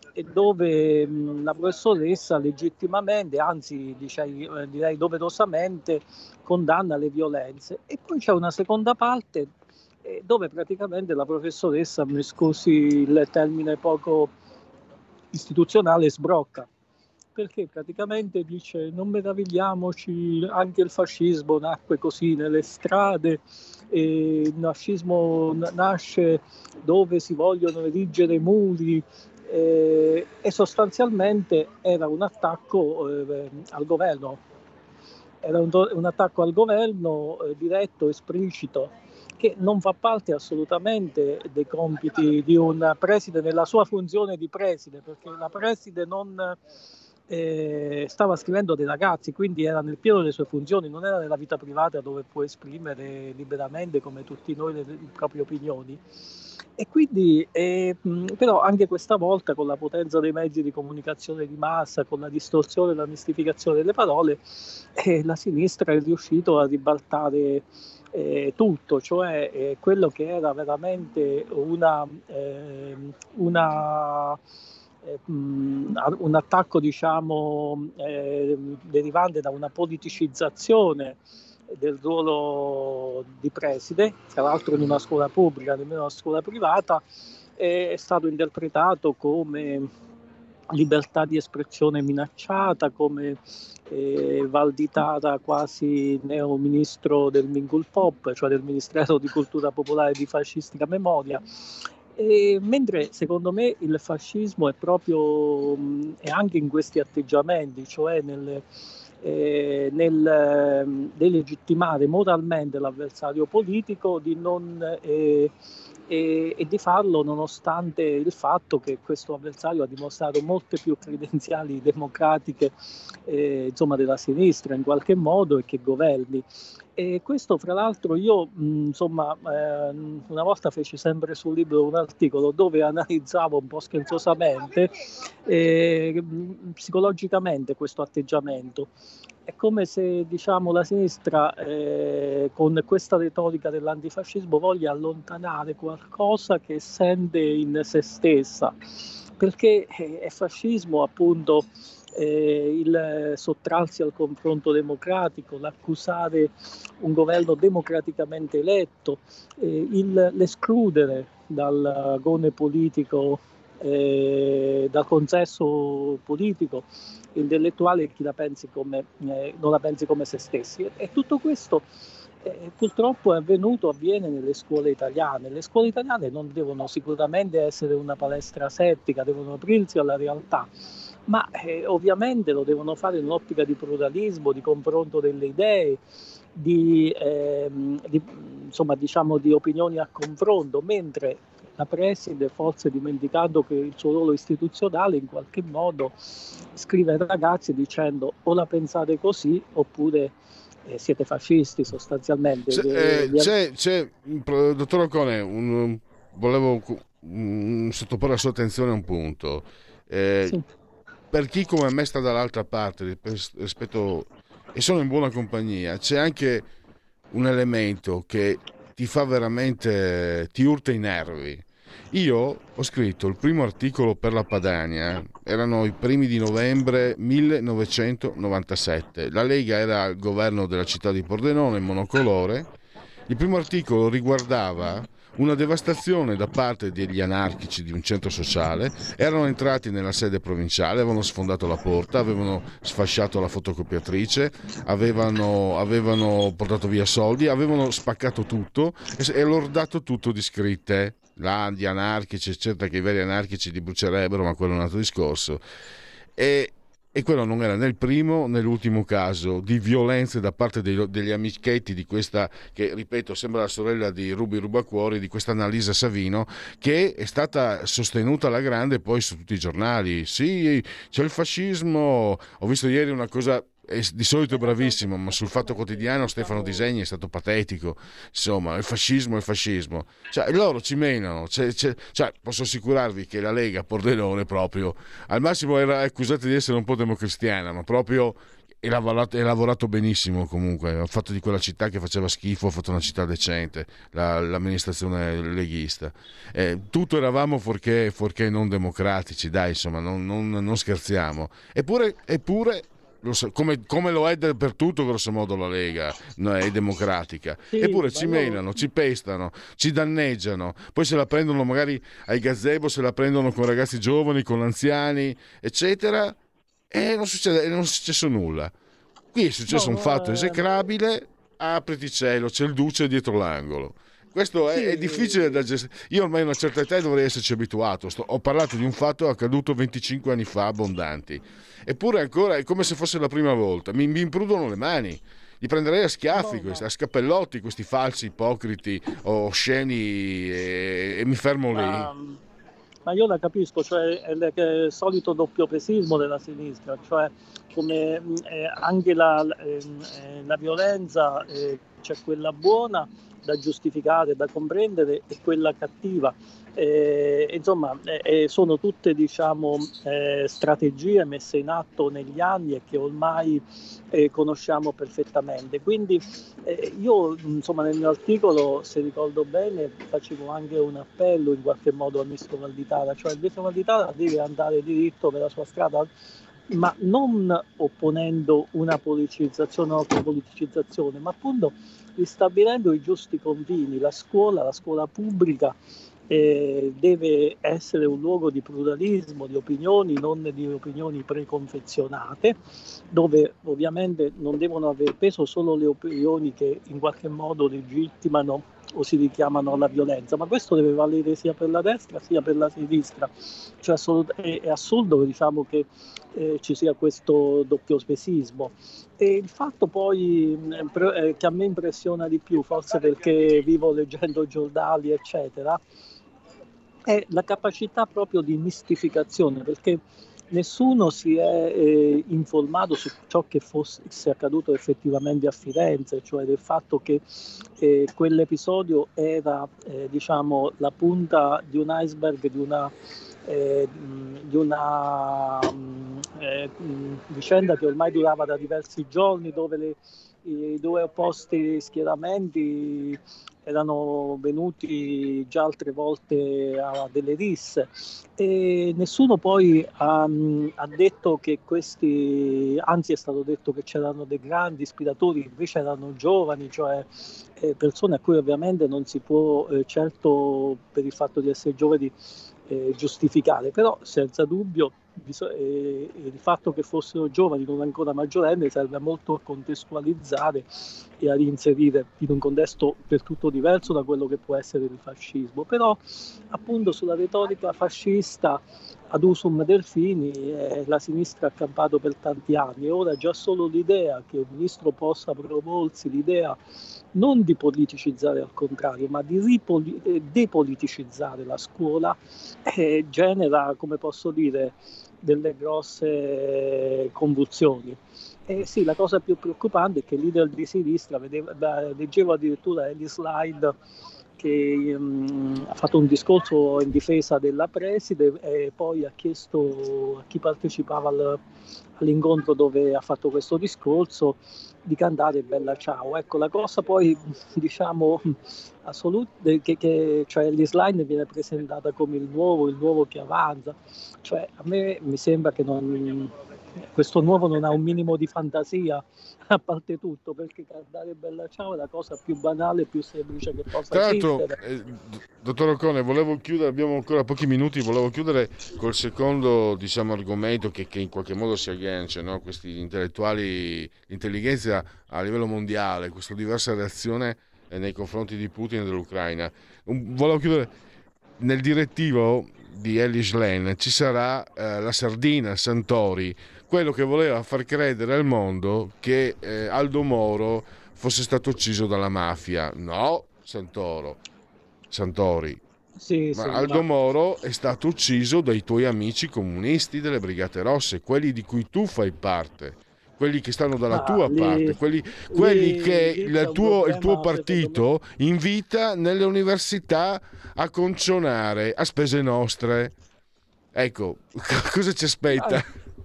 E: dove mh, la professoressa legittimamente, anzi direi, eh, direi doverosamente, condanna le violenze, e poi c'è una seconda parte eh, dove praticamente la professoressa, mi scusi il termine poco istituzionale, sbrocca, perché praticamente dice: non meravigliamoci, anche il fascismo nacque così nelle strade, e il fascismo nasce dove si vogliono erigere muri, eh, e sostanzialmente era un attacco eh, al governo, era un, un attacco al governo eh, diretto, esplicito, che non fa parte assolutamente dei compiti di un preside nella sua funzione di preside, perché la preside non eh, stava scrivendo dei ragazzi, quindi era nel pieno delle sue funzioni, non era nella vita privata dove può esprimere liberamente come tutti noi le, le proprie opinioni. E quindi eh, però anche questa volta, con la potenza dei mezzi di comunicazione di massa, con la distorsione e la mistificazione delle parole, eh, la sinistra è riuscito a ribaltare eh, tutto, cioè eh, quello che era veramente una, eh, una eh, mh, un attacco, diciamo, eh, derivante da una politicizzazione del ruolo di preside, tra l'altro in una scuola pubblica, nemmeno una scuola privata, è stato interpretato come libertà di espressione minacciata, come eh, Valditara quasi neo ministro del Mingulpop, cioè del Ministero di Cultura Popolare di Fascistica Memoria. E mentre secondo me il fascismo è proprio è anche in questi atteggiamenti, cioè nel Eh, nel eh, delegittimare moralmente l'avversario politico, di non, eh, eh, e di farlo nonostante il fatto che questo avversario ha dimostrato molte più credenziali democratiche eh, insomma della sinistra in qualche modo, e che governi. E questo, fra l'altro, io mh, insomma eh, una volta feci sempre sul libro un articolo dove analizzavo un po' scherzosamente eh, psicologicamente questo atteggiamento. È come se, diciamo, la sinistra eh, con questa retorica dell'antifascismo voglia allontanare qualcosa che sente in se stessa, perché è fascismo appunto eh, il sottrarsi al confronto democratico, l'accusare un governo democraticamente eletto, eh, il, l'escludere dal agone politico eh, dal consesso politico, intellettuale, chi la pensi come, eh, non la pensi come se stessi. E tutto questo eh, purtroppo è avvenuto, avviene nelle scuole italiane. Le scuole italiane non devono sicuramente essere una palestra settica, devono aprirsi alla realtà, ma eh, ovviamente lo devono fare in un'ottica di pluralismo, di confronto delle idee, di, ehm, di, insomma, diciamo, di opinioni a confronto, mentre la preside, forse dimenticando che il suo ruolo istituzionale, in qualche modo scrive ai ragazzi dicendo o la pensate così oppure eh, siete fascisti sostanzialmente.
B: C'è, eh, c'è, c'è dottor Occone, un, volevo un, sottoporre alla sua attenzione un punto. Eh,
E: sì.
B: Per chi come me sta dall'altra parte rispetto, e sono in buona compagnia, c'è anche un elemento che ti fa veramente, ti urta i nervi. Io ho scritto il primo articolo per la Padania, erano i primi di novembre millenovecentonovantasette, la Lega era al governo della città di Pordenone, monocolore. Il primo articolo riguardava una devastazione da parte degli anarchici di un centro sociale. Erano entrati nella sede provinciale, avevano sfondato la porta, avevano sfasciato la fotocopiatrice, avevano, avevano portato via soldi, avevano spaccato tutto e, e lordato tutto di scritte là di anarchici eccetera, che i veri anarchici li brucerebbero, ma quello è un altro discorso. E E quello non era né il primo né l'ultimo caso di violenze da parte dei, degli amichetti di questa, che ripeto sembra la sorella di Rubi Rubacuori, di questa Annalisa Savino, che è stata sostenuta alla grande poi su tutti i giornali. Sì, c'è il fascismo. Ho visto ieri una cosa, è di solito bravissimo, ma sul Fatto Quotidiano Stefano Disegni è stato patetico. Insomma, il fascismo è il fascismo. Cioè, loro ci menano. C'è, c'è, cioè, posso assicurarvi che la Lega Pordenone proprio, al massimo era accusata di essere un po' democristiana, ma proprio è lavorato, è lavorato benissimo comunque. Ha fatto di quella città che faceva schifo, ha fatto una città decente, la, l'amministrazione leghista. Eh, tutto eravamo fuorché, fuorché non democratici, dai, insomma, non, non, non scherziamo. Eppure, eppure Lo so, come, come lo è per tutto grosso modo la Lega, no, è democratica, sì, eppure ci menano, io... ci pestano, ci danneggiano, poi se la prendono magari ai gazebo, se la prendono con ragazzi giovani, con anziani eccetera, e non succede, non è successo nulla. Qui è successo no, un fatto è... esecrabile, apriti cielo, c'è il Duce dietro l'angolo. Questo è, sì. è difficile da gestire. Io ormai a una certa età dovrei esserci abituato. Sto, ho parlato di un fatto accaduto venticinque anni fa, abbondanti. Eppure ancora è come se fosse la prima volta. Mi, mi imprudono le mani. Li prenderei a schiaffi, no, questi, no. a scappellotti, questi falsi ipocriti o osceni e, e mi fermo lì.
E: Um, ma io la capisco, cioè è il, il solito doppiopesismo della sinistra, cioè come eh, anche la, eh, la violenza, eh, c'è quella buona da giustificare, da comprendere e quella cattiva. Eh, insomma, eh, sono tutte diciamo, eh, strategie messe in atto negli anni e che ormai eh, conosciamo perfettamente. Quindi eh, io insomma, nel mio articolo, se ricordo bene, facevo anche un appello in qualche modo al ministro Valditara, cioè il ministro Valditara deve andare diritto per la sua strada, ma non opponendo una politicizzazione o una politicizzazione, ma appunto ristabilendo i giusti confini. La scuola, la scuola pubblica eh, deve essere un luogo di pluralismo, di opinioni, non di opinioni preconfezionate, dove ovviamente non devono aver peso solo le opinioni che in qualche modo legittimano o si richiamano alla violenza, ma questo deve valere sia per la destra sia per la sinistra. Cioè, è, è assurdo diciamo, che eh, ci sia questo doppiospesismo. E il fatto poi eh, che a me impressiona di più, forse perché vivo leggendo giornali eccetera, è la capacità proprio di mistificazione, perché nessuno si è eh, informato su ciò che fosse sia accaduto effettivamente a Firenze, cioè del fatto che eh, quell'episodio era eh, diciamo la punta di un iceberg di una eh, di una eh, vicenda che ormai durava da diversi giorni, dove le, i due opposti schieramenti erano venuti già altre volte a delle risse e nessuno poi ha, ha detto che questi, anzi è stato detto che c'erano dei grandi ispiratori, invece erano giovani, cioè eh, persone a cui ovviamente non si può eh, certo per il fatto di essere giovani eh, giustificare, però senza dubbio bis- eh, il fatto che fossero giovani, non ancora maggiorenni, serve molto a contestualizzare e a reinserire in un contesto del tutto diverso da quello che può essere il fascismo. Però appunto sulla retorica fascista ad usum Delfini eh, la sinistra ha campato per tanti anni, e ora già solo l'idea che un ministro possa proporsi l'idea non di politicizzare al contrario, ma di ripoli- eh, depoliticizzare la scuola eh, genera, come posso dire, delle grosse convulsioni. E sì, la cosa più preoccupante è che il leader di sinistra, vedeva, da, leggevo addirittura gli slide, che um, ha fatto un discorso in difesa della preside e poi ha chiesto a chi partecipava al, all'incontro dove ha fatto questo discorso di cantare Bella Ciao. Ecco, la cosa poi diciamo assoluta, che, che cioè l'Isline viene presentata come il nuovo, il nuovo che avanza, cioè a me mi sembra che non, questo nuovo non ha un minimo di fantasia, a parte tutto, perché cantare Bella Ciao è la cosa più banale, più semplice che possa
B: Tra l'altro,
E: esistere.
B: eh, dottor Occone, volevo chiudere, abbiamo ancora pochi minuti, volevo chiudere col secondo, diciamo, argomento che, che in qualche modo si aggancia, no? Questi intellettuali, l'intelligenza a livello mondiale, questa diversa reazione eh, nei confronti di Putin e dell'Ucraina. Un- volevo chiudere, nel direttivo di Elish Len ci sarà eh, la sardina Santori, quello che voleva far credere al mondo che eh, Aldo Moro fosse stato ucciso dalla mafia. No, Santoro, Santori.
E: Sì,
B: Ma
E: sì,
B: Aldo
E: ma
B: Moro è stato ucciso dai tuoi amici comunisti delle Brigate Rosse, quelli di cui tu fai parte, quelli che stanno dalla
E: Ma
B: tua parte,
E: lì,
B: quelli, quelli
E: lì,
B: che
E: lì c'è
B: il
E: un
B: tuo, il tuo
E: problema, secondo me.
B: partito invita nelle università a concionare a spese nostre. Ecco, cosa ci
E: Ah,
B: aspetta?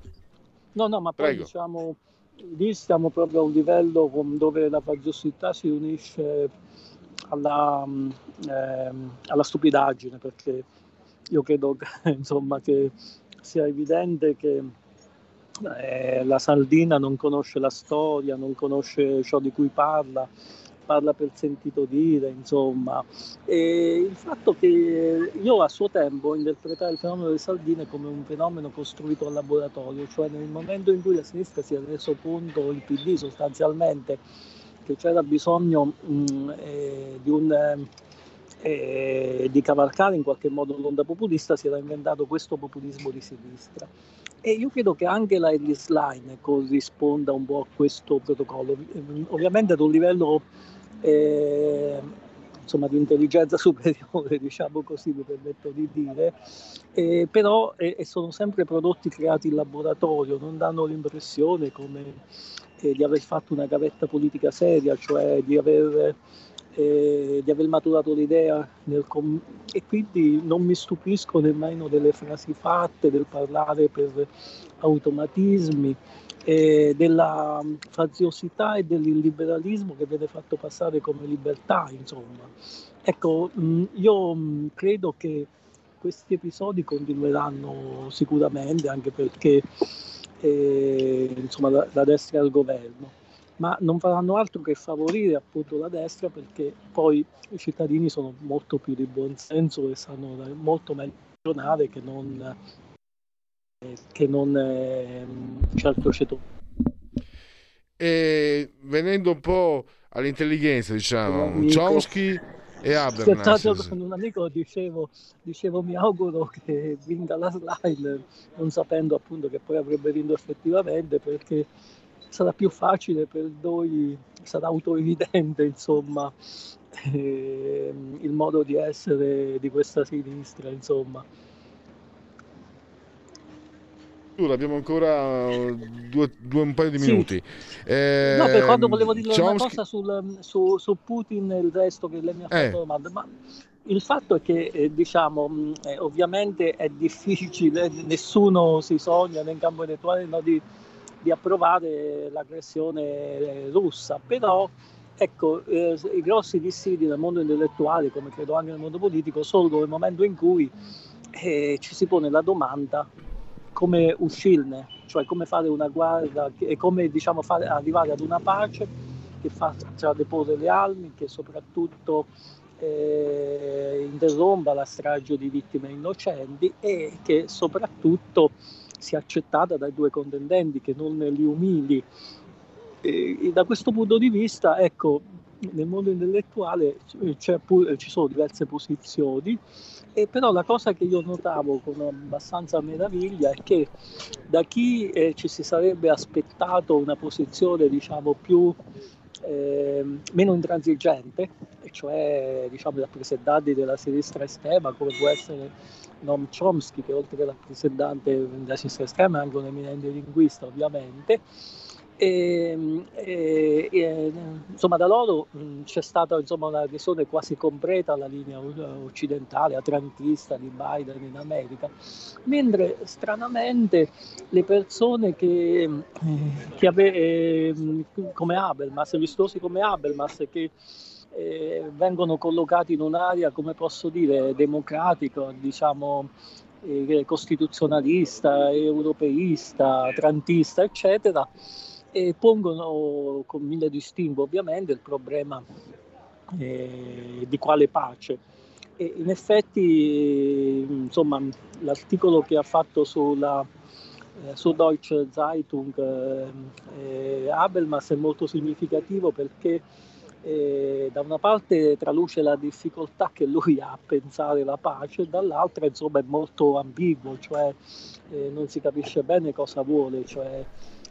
E: no, no, ma poi
B: Prego.
E: diciamo, lì stiamo proprio a un livello con- dove la faziosità si unisce alla, mm, ehm, alla stupidaggine, perché io credo che, insomma, che sia evidente che eh, la sardina non conosce la storia, non conosce ciò di cui parla, parla per sentito dire, insomma. E il fatto che io a suo tempo interpretai il fenomeno delle sardine come un fenomeno costruito al laboratorio, cioè nel momento in cui la sinistra si è reso conto, il P D sostanzialmente, che c'era bisogno mh, eh, di un... Eh, eh, di cavalcare in qualche modo l'onda populista, si era inventato questo populismo di sinistra. E io credo che anche la Ellis Line corrisponda un po' a questo protocollo, ovviamente ad un livello eh, insomma, di intelligenza superiore, diciamo così, mi permetto di dire, eh, però eh, sono sempre prodotti creati in laboratorio, non danno l'impressione come eh, di aver fatto una gavetta politica seria, cioè di aver eh, di aver maturato l'idea nel com- e quindi non mi stupisco nemmeno delle frasi fatte, del parlare per automatismi, eh, della faziosità e dell'illiberalismo che viene fatto passare come libertà, insomma. Ecco, mh, io mh, credo che questi episodi continueranno sicuramente, anche perché eh, insomma, la, la destra è al governo, ma non faranno altro che favorire appunto la destra, perché poi i cittadini sono molto più di buon senso e sanno molto meglio ragionare che non, eh, che non eh, certo ceto.
B: E venendo un po' all'intelligenza,
E: Un
B: diciamo,
E: amico,
B: Chomsky e
E: scherzato
B: Habermas.
E: con un amico, dicevo, dicevo mi auguro che vinca la slide, non sapendo appunto che poi avrebbe vinto effettivamente, perché sarà più facile per noi, sarà autoevidente, insomma, eh, il modo di essere di questa sinistra, insomma.
B: Abbiamo ancora due, due- un paio di
E: Sì,
B: minuti.
E: no, per quando
B: Eh,
E: volevo dire una
B: Chomsky,
E: cosa sul, su, su Putin e il resto che lei mi ha fatto
B: eh,
E: domanda, ma il fatto è che, eh, diciamo, mh, eh, ovviamente è difficile, nessuno si sogna né in campo elettorale no, di, di approvare l'aggressione eh, russa, però ecco, eh, i grossi dissidi nel mondo intellettuale, come credo anche nel mondo politico, sorgono nel momento in cui eh, ci si pone la domanda come uscirne, cioè come fare una guerra e come diciamo fare, arrivare ad una pace che faccia deporre le armi, che soprattutto eh, interrompa la strage di vittime innocenti e che soprattutto sia accettata dai due contendenti, che non li umili. E da questo punto di vista, ecco, nel mondo intellettuale c'è pure, ci sono diverse posizioni, e però la cosa che io notavo con abbastanza meraviglia è che da chi eh, ci si sarebbe aspettato una posizione, diciamo, più eh, meno intransigente, e cioè, diciamo, i rappresentanti della sinistra estrema, come può essere Noam Chomsky, che oltre che rappresentante della sinistra estrema è anche un eminente linguista, ovviamente. E, e, e, insomma, da loro mh, c'è stata, insomma, una adesione quasi completa alla linea occidentale, atlantista di Biden in America, mentre stranamente le persone che, che ave, eh, come Habermas, vistosi come Habermas, che eh, vengono collocati in un'area, come posso dire, democratica, diciamo, eh, costituzionalista, europeista, atlantista, eccetera, e pongono con mille distinguo ovviamente il problema eh, di quale pace. E in effetti, insomma, l'articolo che ha fatto sulla eh, su Deutsche Zeitung eh, eh, Habermas è molto significativo, perché eh, da una parte traluce la difficoltà che lui ha a pensare la pace, dall'altra, insomma, è molto ambiguo, cioè eh, non si capisce bene cosa vuole, cioè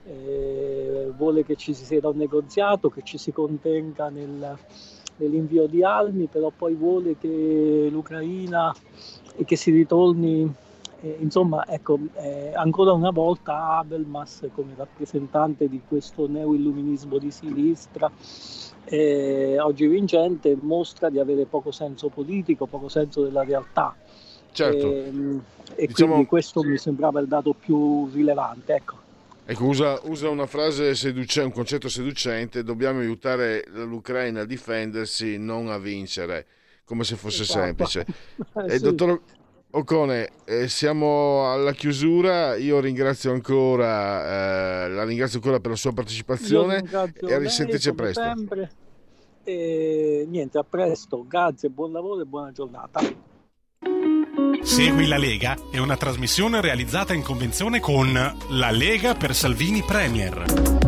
E: Eh, vuole che ci sia un negoziato, che ci si contenga nel, nell'invio di armi, però poi vuole che l'Ucraina e che si ritorni, eh, insomma, ecco, eh, ancora una volta Habermas, come rappresentante di questo neoilluminismo di sinistra, eh, oggi vincente, mostra di avere poco senso politico, poco senso della realtà.
B: Certo.
E: E, e
B: diciamo...
E: quindi questo mi sembrava il dato più rilevante, ecco.
B: Ecco, usa, usa una frase seducente, un concetto seducente: dobbiamo aiutare l'Ucraina a difendersi, non a vincere, come se fosse
E: esatto.
B: semplice.
E: eh,
B: eh,
E: sì.
B: Dottor Occone, eh, siamo alla chiusura. Io ringrazio ancora, eh, la ringrazio ancora per la sua partecipazione e a risentirci presto.
E: Sempre. E niente, a presto, grazie, buon lavoro e buona giornata.
A: Segui la Lega è una trasmissione realizzata in convenzione con La Lega per Salvini Premier.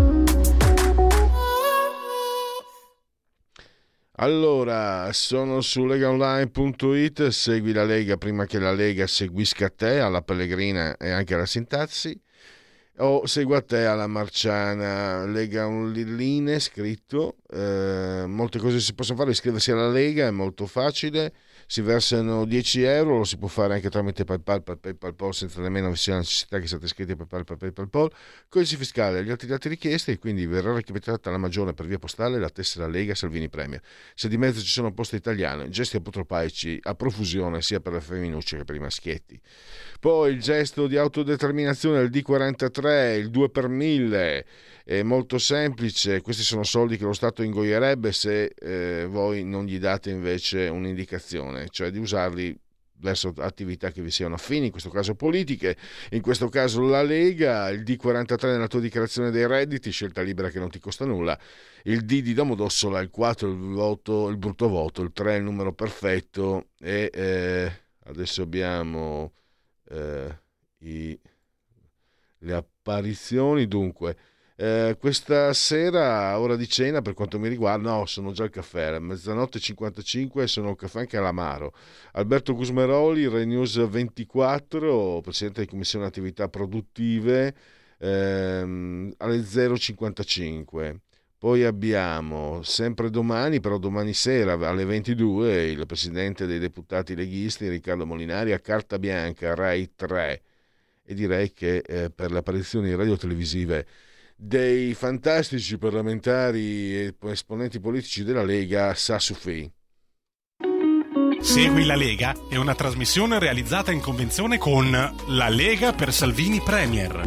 B: Allora, sono su legaonline punto it, segui la Lega prima che la Lega seguisca te, alla Pellegrina e anche alla Sintassi, o segua te alla Marciana. Lega Online scritto, eh, molte cose si possono fare, iscriversi alla Lega è molto facile. Si versano dieci euro, lo si può fare anche tramite PayPal, PayPal, PayPal, senza nemmeno vi sia la necessità che siate iscritti a PayPal, PayPal, PayPal. Codice fiscale, gli altri dati richiesti, e quindi verrà recapitata la maggiore per via postale la tessera Lega Salvini Premier. Se di mezzo ci sono poste italiane, gesti apotropaici a profusione sia per le femminucce che per i maschietti. Poi il gesto di autodeterminazione, il D quarantatré, il due per mille, è molto semplice. Questi sono soldi che lo Stato ingoierebbe se eh, voi non gli date invece un'indicazione, cioè di usarli verso attività che vi siano affini, in questo caso politiche, in questo caso la Lega. Il D quarantatré nella tua dichiarazione dei redditi, scelta libera che non ti costa nulla. Il D di Domodossola, il quattro il voto, il brutto voto, il tre il numero perfetto, e eh, adesso abbiamo eh, i, le apparizioni. Dunque Eh, questa sera, ora di cena, per quanto mi riguarda, no, sono già al caffè, mezzanotte e cinquantacinque, sono al caffè anche all'Amaro. Alberto Gusmeroli, Rai News ventiquattro, presidente di commissione attività produttive, ehm, alle zero cinquantacinque. Poi abbiamo sempre domani, però domani sera alle ventidue, il presidente dei deputati leghisti Riccardo Molinari a carta bianca Rai tre, e direi che eh, per le apparizioni radiotelevisive dei fantastici parlamentari e esponenti politici della Lega sa suffì.
A: Segui la Lega è una trasmissione realizzata in convenzione con La Lega per Salvini Premier.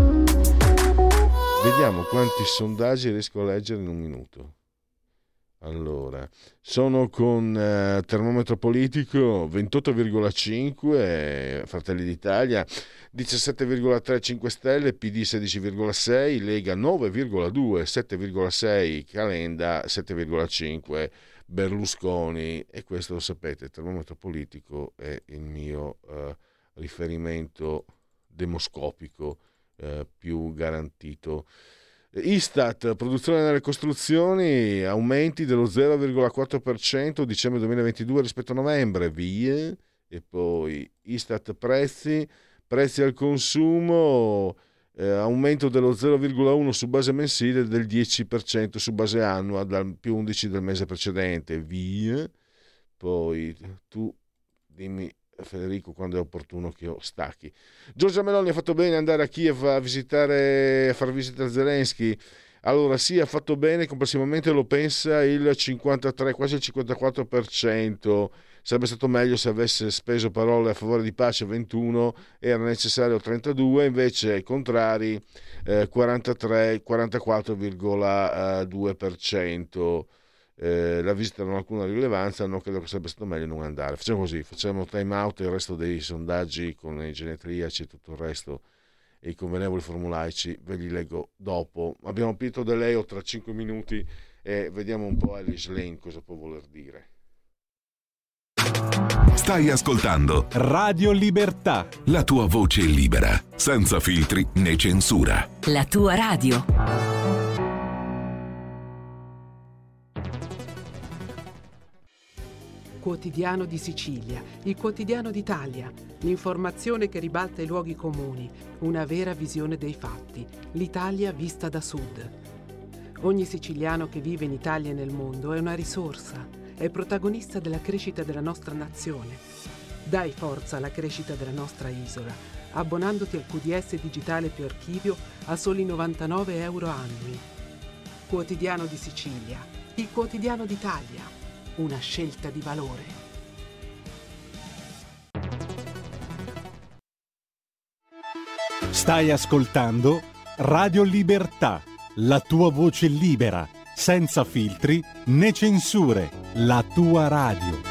B: Vediamo quanti sondaggi riesco a leggere in un minuto. Allora, sono con eh, termometro politico ventotto virgola cinque Fratelli d'Italia, diciassette virgola tre cinque Stelle, P D sedici virgola sei, Lega nove virgola due, sette virgola sei Calenda, sette virgola cinque Berlusconi, e questo lo sapete, il termometro politico è il mio eh, riferimento demoscopico eh, più garantito. Istat, produzione nelle costruzioni, aumenti dello zero virgola quattro per cento dicembre duemilaventidue rispetto a novembre, via. E poi Istat prezzi, prezzi al consumo, eh, aumento dello zero virgola uno su base mensile e del dieci per cento su base annua, dal più undici del mese precedente, via. Poi tu dimmi, Federico, quando è opportuno che io stacchi. Giorgia Meloni ha fatto bene andare a Kiev a visitare, a far visita a Zelensky. Allora sì, ha fatto bene, complessivamente lo pensa il cinquantatré, quasi il cinquantaquattro per cento. Sarebbe stato meglio se avesse speso parole a favore di pace ventuno, era necessario trentadue, invece ai contrari eh, quarantatré, quarantaquattro virgola due per cento. Eh, la visita non ha alcuna rilevanza, non credo che sarebbe stato meglio non andare. Facciamo così, facciamo time out il resto dei sondaggi con i genetriaci e tutto il resto e i convenevoli formulaici ve li leggo dopo. Abbiamo Pietro De Leo tra cinque minuti e vediamo un po' Alice Lane cosa può voler dire.
F: Stai ascoltando
A: Radio Libertà,
F: la tua voce libera, senza filtri né censura.
G: La tua radio.
H: Quotidiano di Sicilia, il quotidiano d'Italia, l'informazione che ribalta i luoghi comuni, una vera visione dei fatti, l'Italia vista da sud. Ogni siciliano che vive in Italia e nel mondo è una risorsa, è protagonista della crescita della nostra nazione. Dai forza alla crescita della nostra isola, abbonandoti al Q D S digitale più archivio a soli novantanove euro annui. Quotidiano di Sicilia, il quotidiano d'Italia. Una scelta di valore.
A: Stai ascoltando Radio Libertà, la tua voce libera, senza filtri né censure, la tua radio.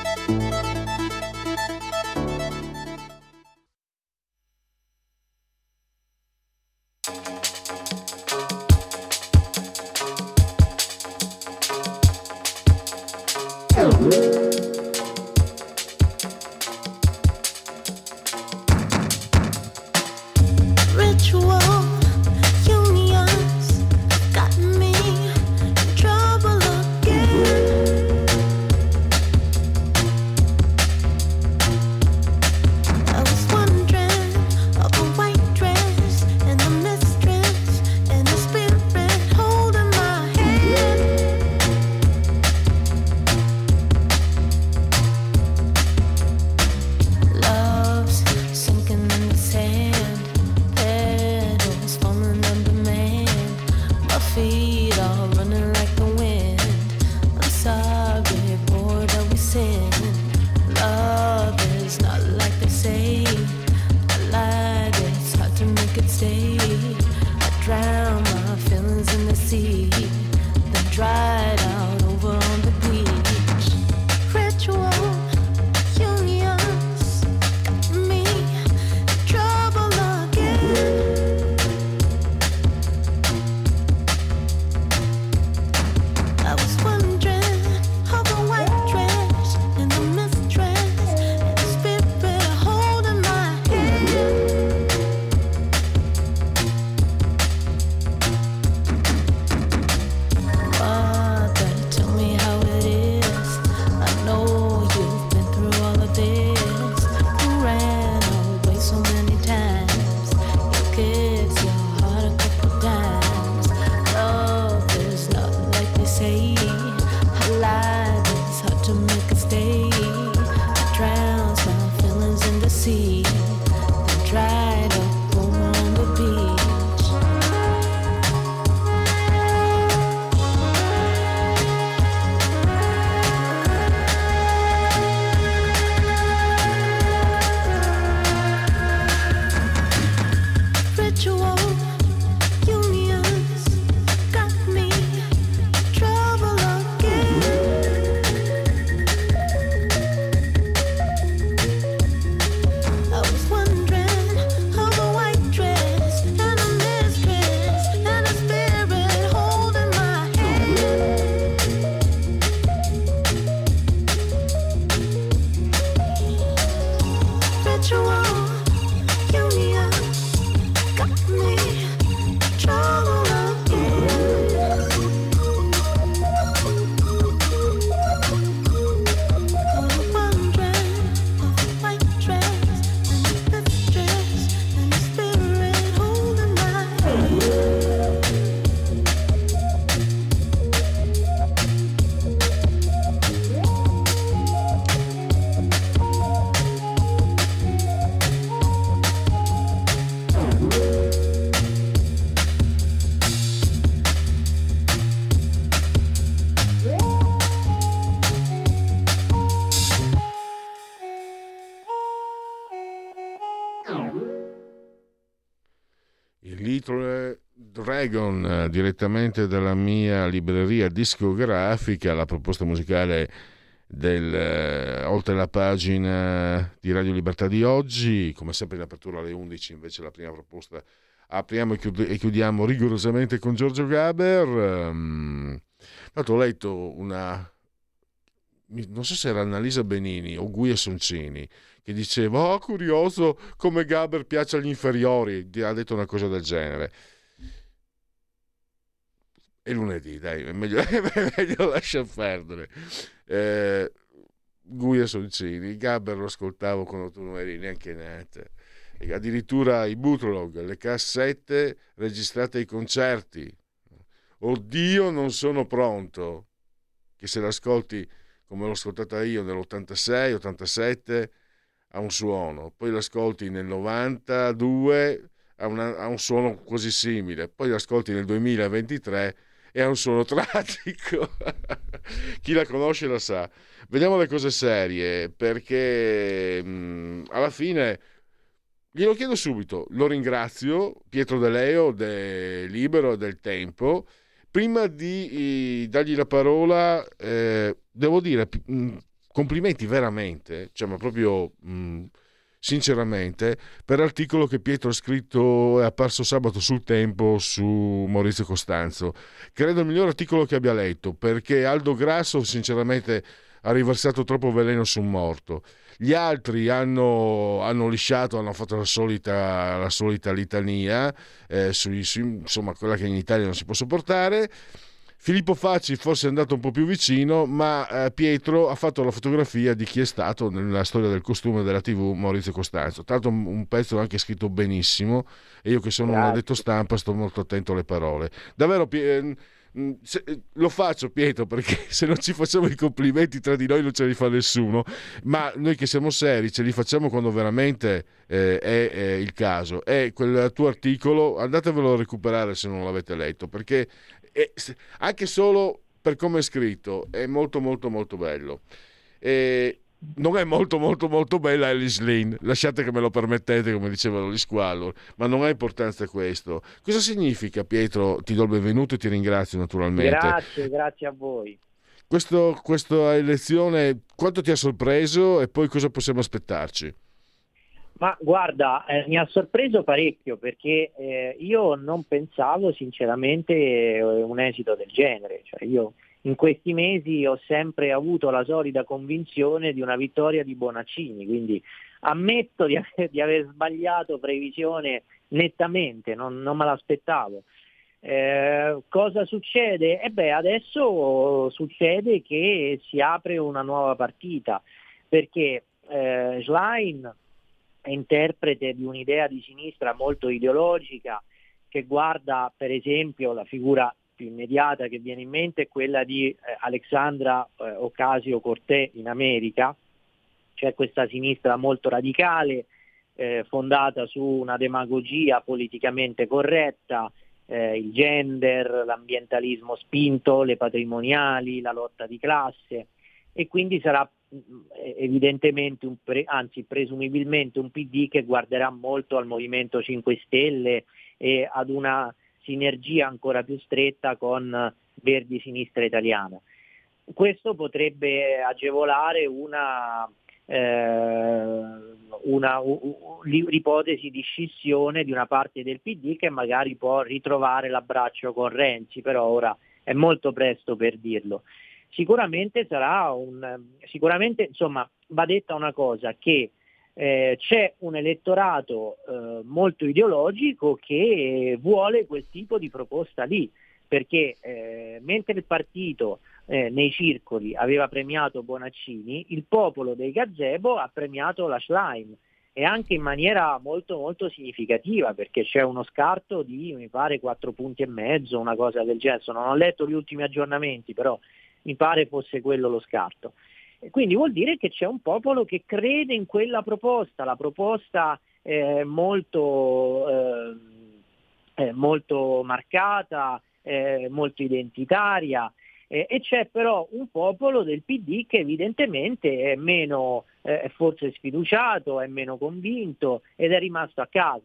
B: il Little Dragon, direttamente dalla mia libreria discografica, la proposta musicale del eh, oltre la pagina di Radio Libertà di oggi. Come sempre in apertura alle undici invece la prima proposta apriamo e, chiud- e chiudiamo rigorosamente con Giorgio Gaber. Um, ho letto una, non so se era Annalisa Benini o Guia Soncini, che diceva: oh, curioso come Gaber piace agli inferiori, ha detto una cosa del genere. È lunedì, dai, è meglio, è meglio lasciar perdere. Eh, Guia Soncini, Gaber lo ascoltavo quando tu non eri neanche nata. E addirittura i bootleg, le cassette registrate ai concerti. Oddio, non sono pronto. Che se l'ascolti come l'ho ascoltata io nell'ottantasei ottantasette ha un suono, poi l'ascolti nel novantadue ha, una, ha un suono quasi simile, poi l'ascolti nel duemilaventitré e ha un suono tragico. Chi la conosce la sa. Vediamo le cose serie, perché mh, alla fine glielo chiedo subito, lo ringrazio, Pietro De Leo del Libero e del Tempo. Prima di dargli la parola, eh, devo dire mh, complimenti veramente, cioè ma proprio mh, sinceramente, per l'articolo che Pietro ha scritto, è apparso sabato sul Tempo su Maurizio Costanzo. Credo il miglior articolo che abbia letto, perché Aldo Grasso sinceramente ha riversato troppo veleno su un morto. Gli altri hanno, hanno lisciato, hanno fatto la solita, la solita litania, eh, sui, su, insomma, quella che in Italia non si può sopportare. Filippo Facci forse è andato un po' più vicino, ma eh, Pietro ha fatto la fotografia di chi è stato nella storia del costume della tivù Maurizio Costanzo. Tra l'altro un, un pezzo anche scritto benissimo, e io che sono Grazie. un addetto stampa sto molto attento alle parole. Davvero... Eh, Se, lo faccio, Pietro, perché se non ci facciamo i complimenti tra di noi non ce li fa nessuno, ma noi che siamo seri ce li facciamo quando veramente eh, è, è il caso. E quel tuo articolo andatevelo a recuperare se non l'avete letto, perché è, anche solo per come è scritto è molto molto molto bello. E non è molto molto molto bella Alice Lynn, lasciate che me lo permettete, come dicevano gli Squallor, ma non ha importanza questo. Cosa significa, Pietro? Ti do il benvenuto e ti ringrazio naturalmente.
G: Grazie, grazie a voi.
B: Questo, questa elezione quanto ti ha sorpreso e poi cosa possiamo aspettarci?
G: Ma guarda, eh, mi ha sorpreso parecchio, perché eh, io non pensavo sinceramente eh, un esito del genere. Cioè, io in questi mesi ho sempre avuto la solida convinzione di una vittoria di Bonaccini, quindi ammetto di aver, di aver sbagliato previsione nettamente, non, non me l'aspettavo. Eh, cosa succede? E beh, adesso succede che si apre una nuova partita, perché eh, Schlein è interprete di un'idea di sinistra molto ideologica, che guarda per esempio la figura più immediata che viene in mente è quella di eh, Alexandra eh, Ocasio-Cortez in America. C'è questa sinistra molto radicale, eh, fondata su una demagogia politicamente corretta, eh, il gender, l'ambientalismo spinto, le patrimoniali, la lotta di classe, e quindi sarà evidentemente, un pre, anzi presumibilmente un P D che guarderà molto al Movimento cinque Stelle e ad una sinergia ancora più stretta con Verdi Sinistra Italiana. Questo potrebbe agevolare una, eh, una u, u, l'ipotesi di scissione di una parte del P D che magari può ritrovare l'abbraccio con Renzi, però ora è molto presto per dirlo. Sicuramente sarà un sicuramente insomma va detta una cosa, che eh, c'è un elettorato eh, molto ideologico che vuole quel tipo di proposta lì, perché eh, mentre il partito eh, nei circoli aveva premiato Bonaccini, il popolo dei gazebo ha premiato la Schlein, e anche in maniera molto molto significativa, perché c'è uno scarto di mi pare quattro punti e mezzo, una cosa del genere. Non ho letto gli ultimi aggiornamenti, però mi pare fosse quello lo scarto. E quindi vuol dire che c'è un popolo che crede in quella proposta, la proposta eh, molto, eh, eh, molto marcata, eh, molto identitaria, eh, e c'è però un popolo del P D che evidentemente è meno, eh, forse sfiduciato, è meno convinto ed è rimasto a casa.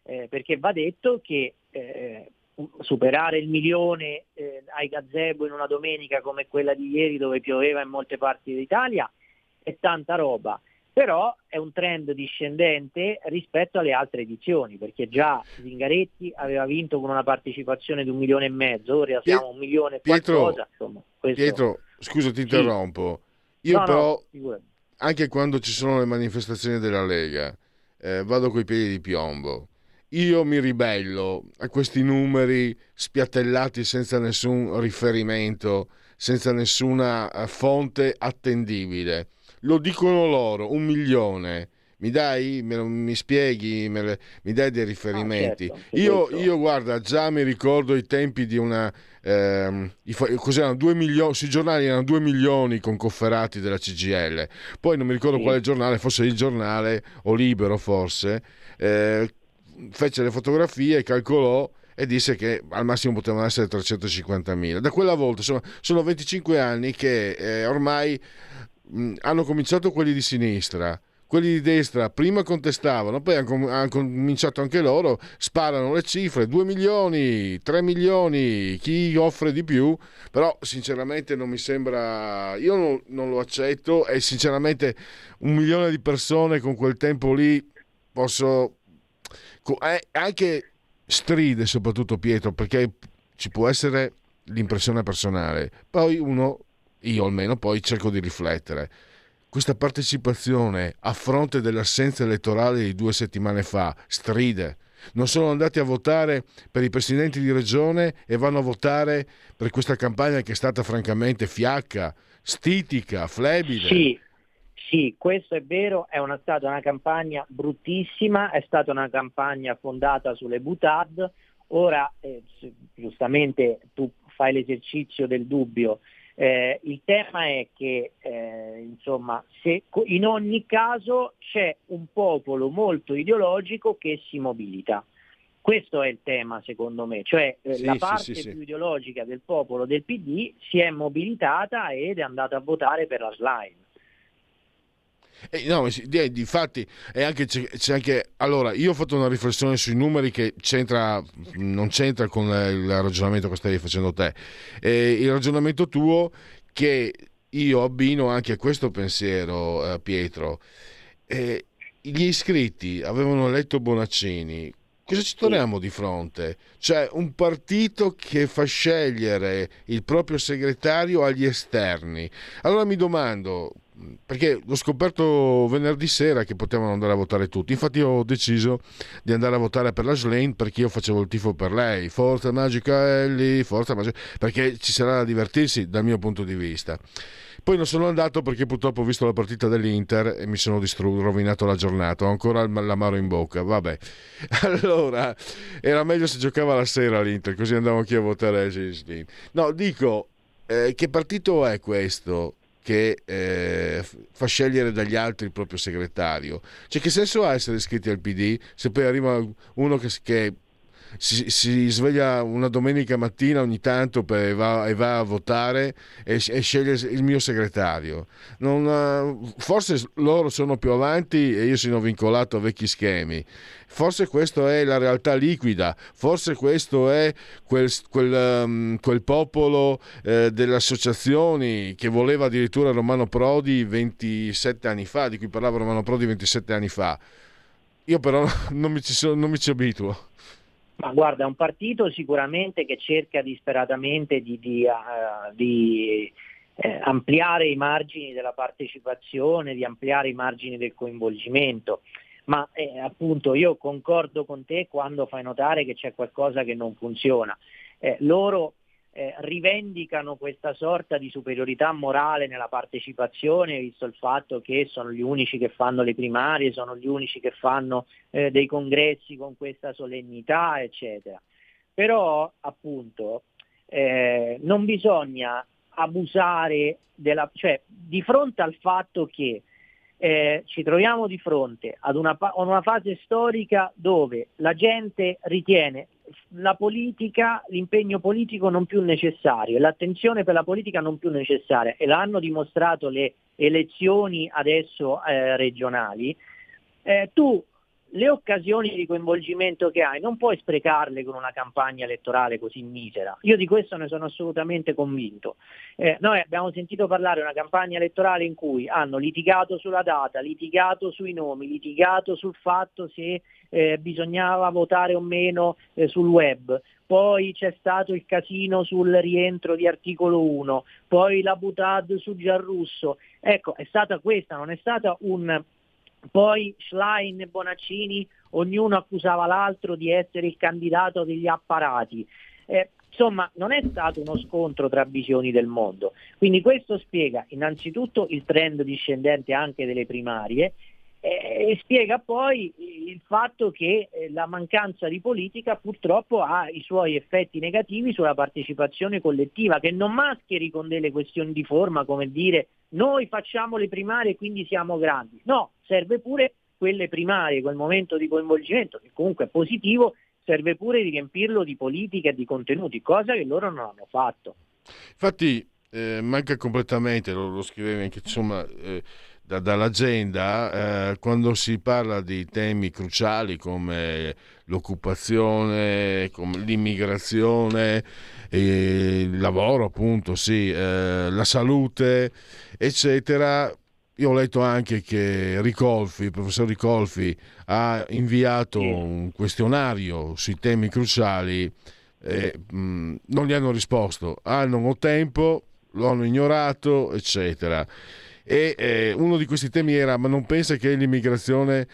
G: eh, perché va detto che eh, superare il milione eh, ai gazebo in una domenica come quella di ieri, dove pioveva in molte parti d'Italia, è tanta roba, però è un trend discendente rispetto alle altre edizioni, perché già Zingaretti aveva vinto con una partecipazione di un milione e mezzo, ora siamo a un milione e qualcosa. Insomma, questo...
B: Pietro, scusa ti interrompo,
G: sì.
B: io
G: no,
B: però
G: no,
B: anche quando ci sono le manifestazioni della Lega eh, vado coi piedi di piombo. Io mi ribello a questi numeri spiattellati senza nessun riferimento, senza nessuna fonte attendibile. Lo dicono loro, un milione. Mi dai? Me lo, mi spieghi? Me le, mi dai dei riferimenti?
G: Ah, certo,
B: io,
G: questo...
B: io, guarda, già mi ricordo i tempi di una... Ehm, cos'erano? Due milioni, sui giornali erano due milioni concofferati della C G I L. Poi non mi ricordo
G: sì.
B: quale giornale, forse il Giornale o Libero forse, eh, fece le fotografie, calcolò e disse che al massimo potevano essere trecentocinquantamila. Da quella volta, insomma, sono venticinque anni che eh, ormai mh, hanno cominciato quelli di sinistra, quelli di destra prima contestavano, poi hanno, com- hanno cominciato anche loro, sparano le cifre, due milioni, tre milioni, chi offre di più, però sinceramente non mi sembra, io non, non lo accetto, e sinceramente un milione di persone con quel tempo lì posso... anche stride, soprattutto Pietro, perché ci può essere l'impressione personale, poi uno, io almeno, poi cerco di riflettere. Questa partecipazione a fronte dell'assenza elettorale di due settimane fa stride. Non sono andati a votare per i presidenti di regione e vanno a votare per questa campagna che è stata francamente fiacca, stitica, flebile.
G: Sì. Sì, questo è vero, è una, stata una campagna bruttissima, è stata una campagna fondata sulle boutade. Ora, eh, giustamente tu fai l'esercizio del dubbio, eh, il tema è che eh, insomma, se, in ogni caso c'è un popolo molto ideologico che si mobilita. Questo è il tema, secondo me, cioè eh,
B: sì,
G: la parte
B: sì, sì,
G: più
B: sì.
G: ideologica del popolo del P D si è mobilitata ed è andata a votare per la slime.
B: Eh, no, di, di fatti è anche, c'è, c'è anche allora io ho fatto una riflessione sui numeri che c'entra non c'entra con il ragionamento che stavi facendo te, eh, il ragionamento tuo che io abbino anche a questo pensiero, eh, Pietro. Eh, gli iscritti avevano eletto Bonaccini, cosa ci troviamo di fronte? Cioè un partito che fa scegliere il proprio segretario agli esterni. Allora mi domando, perché l'ho scoperto venerdì sera che potevano andare a votare tutti, infatti ho deciso di andare a votare per la Schlein, perché io facevo il tifo per lei, forza Magica Elli, forza Magica, perché ci sarà da divertirsi dal mio punto di vista. Poi non sono andato perché purtroppo ho visto la partita dell'Inter e mi sono distru- rovinato la giornata, ho ancora l'amaro in bocca, vabbè. Allora era meglio se giocava la sera l'Inter, così andavo anch'io a votare. No, dico, eh, che partito è questo che eh, fa scegliere dagli altri il proprio segretario? Cioè, che senso ha essere iscritti al P D se poi arriva uno che, che si, si sveglia una domenica mattina ogni tanto per, e, va, e va a votare e, e sceglie il mio segretario? Non, forse loro sono più avanti e io sono vincolato a vecchi schemi. Forse questa è la realtà liquida, forse questo è quel, quel, um, quel popolo eh, delle associazioni che voleva addirittura Romano Prodi ventisette anni fa, di cui parlava Romano Prodi ventisette anni fa. Io però non mi ci, sono, non mi ci abituo.
G: Ma guarda, è un partito sicuramente che cerca disperatamente di, di, uh, di eh, ampliare i margini della partecipazione, di ampliare i margini del coinvolgimento. Ma eh, appunto io concordo con te quando fai notare che c'è qualcosa che non funziona. Eh, loro eh, rivendicano questa sorta di superiorità morale nella partecipazione, visto il fatto che sono gli unici che fanno le primarie, sono gli unici che fanno eh, dei congressi con questa solennità, eccetera. Però appunto eh, non bisogna abusare della, cioè di fronte al fatto che Eh, ci troviamo di fronte ad una, a una fase storica dove la gente ritiene la politica, l'impegno politico non più necessario, l'attenzione per la politica non più necessaria, e l'hanno dimostrato le elezioni adesso eh, regionali. Eh, tu le occasioni di coinvolgimento che hai non puoi sprecarle con una campagna elettorale così misera. Io di questo ne sono assolutamente convinto. Eh, noi abbiamo sentito parlare di una campagna elettorale in cui hanno litigato sulla data, litigato sui nomi, litigato sul fatto se eh, bisognava votare o meno eh, sul web. Poi c'è stato il casino sul rientro di articolo uno, poi la butad su Giarrusso. Ecco, è stata questa, non è stata un... Poi Schlein e Bonaccini, ognuno accusava l'altro di essere il candidato degli apparati. Eh, insomma, non è stato uno scontro tra visioni del mondo. Quindi questo spiega innanzitutto il trend discendente anche delle primarie, e spiega poi il fatto che la mancanza di politica purtroppo ha i suoi effetti negativi sulla partecipazione collettiva, che non mascheri con delle questioni di forma come dire noi facciamo le primarie e quindi siamo grandi. No, serve pure quelle primarie, quel momento di coinvolgimento che comunque è positivo, serve pure di riempirlo di politica e di contenuti, cosa che loro non hanno fatto.
B: Infatti eh, manca completamente, lo, lo scrivevi anche insomma eh, Da, dall'agenda eh, quando si parla di temi cruciali come l'occupazione, come l'immigrazione, eh, il lavoro appunto, sì, eh, la salute, eccetera. Io ho letto anche che Ricolfi, il professor Ricolfi, ha inviato un questionario sui temi cruciali, eh, mh, non gli hanno risposto, ah non ho tempo, lo hanno ignorato, eccetera. E eh, uno di questi temi era: ma non pensa che l'immigrazione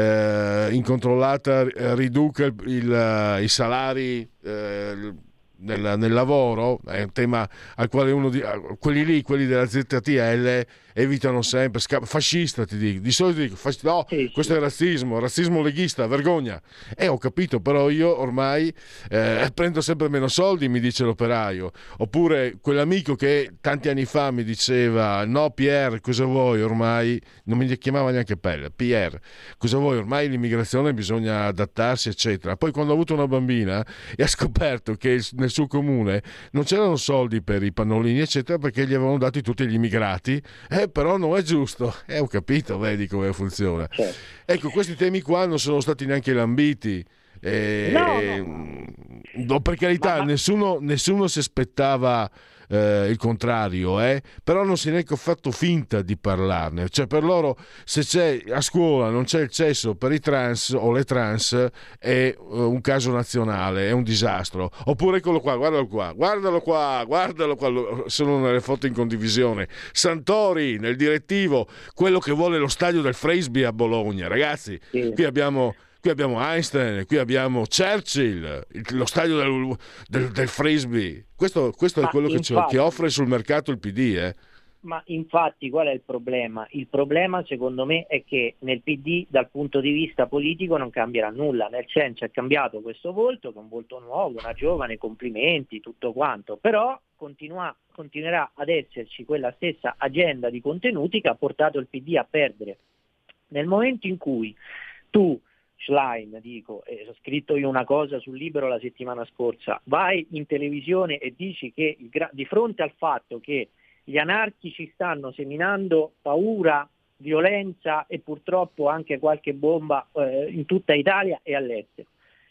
B: eh, incontrollata riduca il, il, i salari eh, nel, nel lavoro? È un tema al quale uno di, quelli lì, quelli della Z T L evitano sempre. Fascista, ti dico, di solito dico fas- no,
G: sì,
B: questo
G: sì.
B: è razzismo, razzismo leghista, vergogna. Eh, ho capito, però io ormai eh, prendo sempre meno soldi, mi dice l'operaio. Oppure quell'amico che tanti anni fa mi diceva: no Pierre, cosa vuoi ormai? Non mi chiamava neanche Pelle, Pierre, cosa vuoi ormai? L'immigrazione bisogna adattarsi, eccetera. Poi quando ha avuto una bambina e ha scoperto che nel suo comune non c'erano soldi per i pannolini, eccetera, perché gli avevano dati tutti gli immigrati. Eh, però non è giusto. Eh, ho capito, vedi come funziona.
G: Certo.
B: Ecco, questi temi qua non sono stati neanche lambiti. Eh,
G: No, no.
B: no, per carità,
G: Ma- ma-
B: nessuno, nessuno si aspettava eh, il contrario, eh? Però non si è neanche fatto finta di parlarne. Cioè, per loro, se c'è a scuola non c'è il cesso per i trans o le trans, è uh, un caso nazionale, è un disastro. Oppure eccolo qua, guardalo qua, guardalo qua, guardalo qua, sono nelle foto in condivisione. Santori nel direttivo, quello che vuole lo stadio del Frisbee a Bologna, ragazzi.
G: Sì.
B: Qui abbiamo Qui abbiamo Einstein, qui abbiamo Churchill, lo stadio del, del, del Frisbee. Questo, questo è
G: Ma
B: quello che,
G: infatti,
B: che offre sul mercato il P D. Eh.
G: Ma infatti qual è il problema? Il problema secondo me è che nel P D dal punto di vista politico non cambierà nulla, nel senso è cambiato questo volto, che è un volto nuovo, una giovane, complimenti, tutto quanto, però continua, continuerà ad esserci quella stessa agenda di contenuti che ha portato il P D a perdere. Nel momento in cui tu Schlein, dico, eh, ho scritto io una cosa sul Libero la settimana scorsa, vai in televisione e dici che il gra- di fronte al fatto che gli anarchici stanno seminando paura, violenza e purtroppo anche qualche bomba eh, in tutta Italia e all'estero,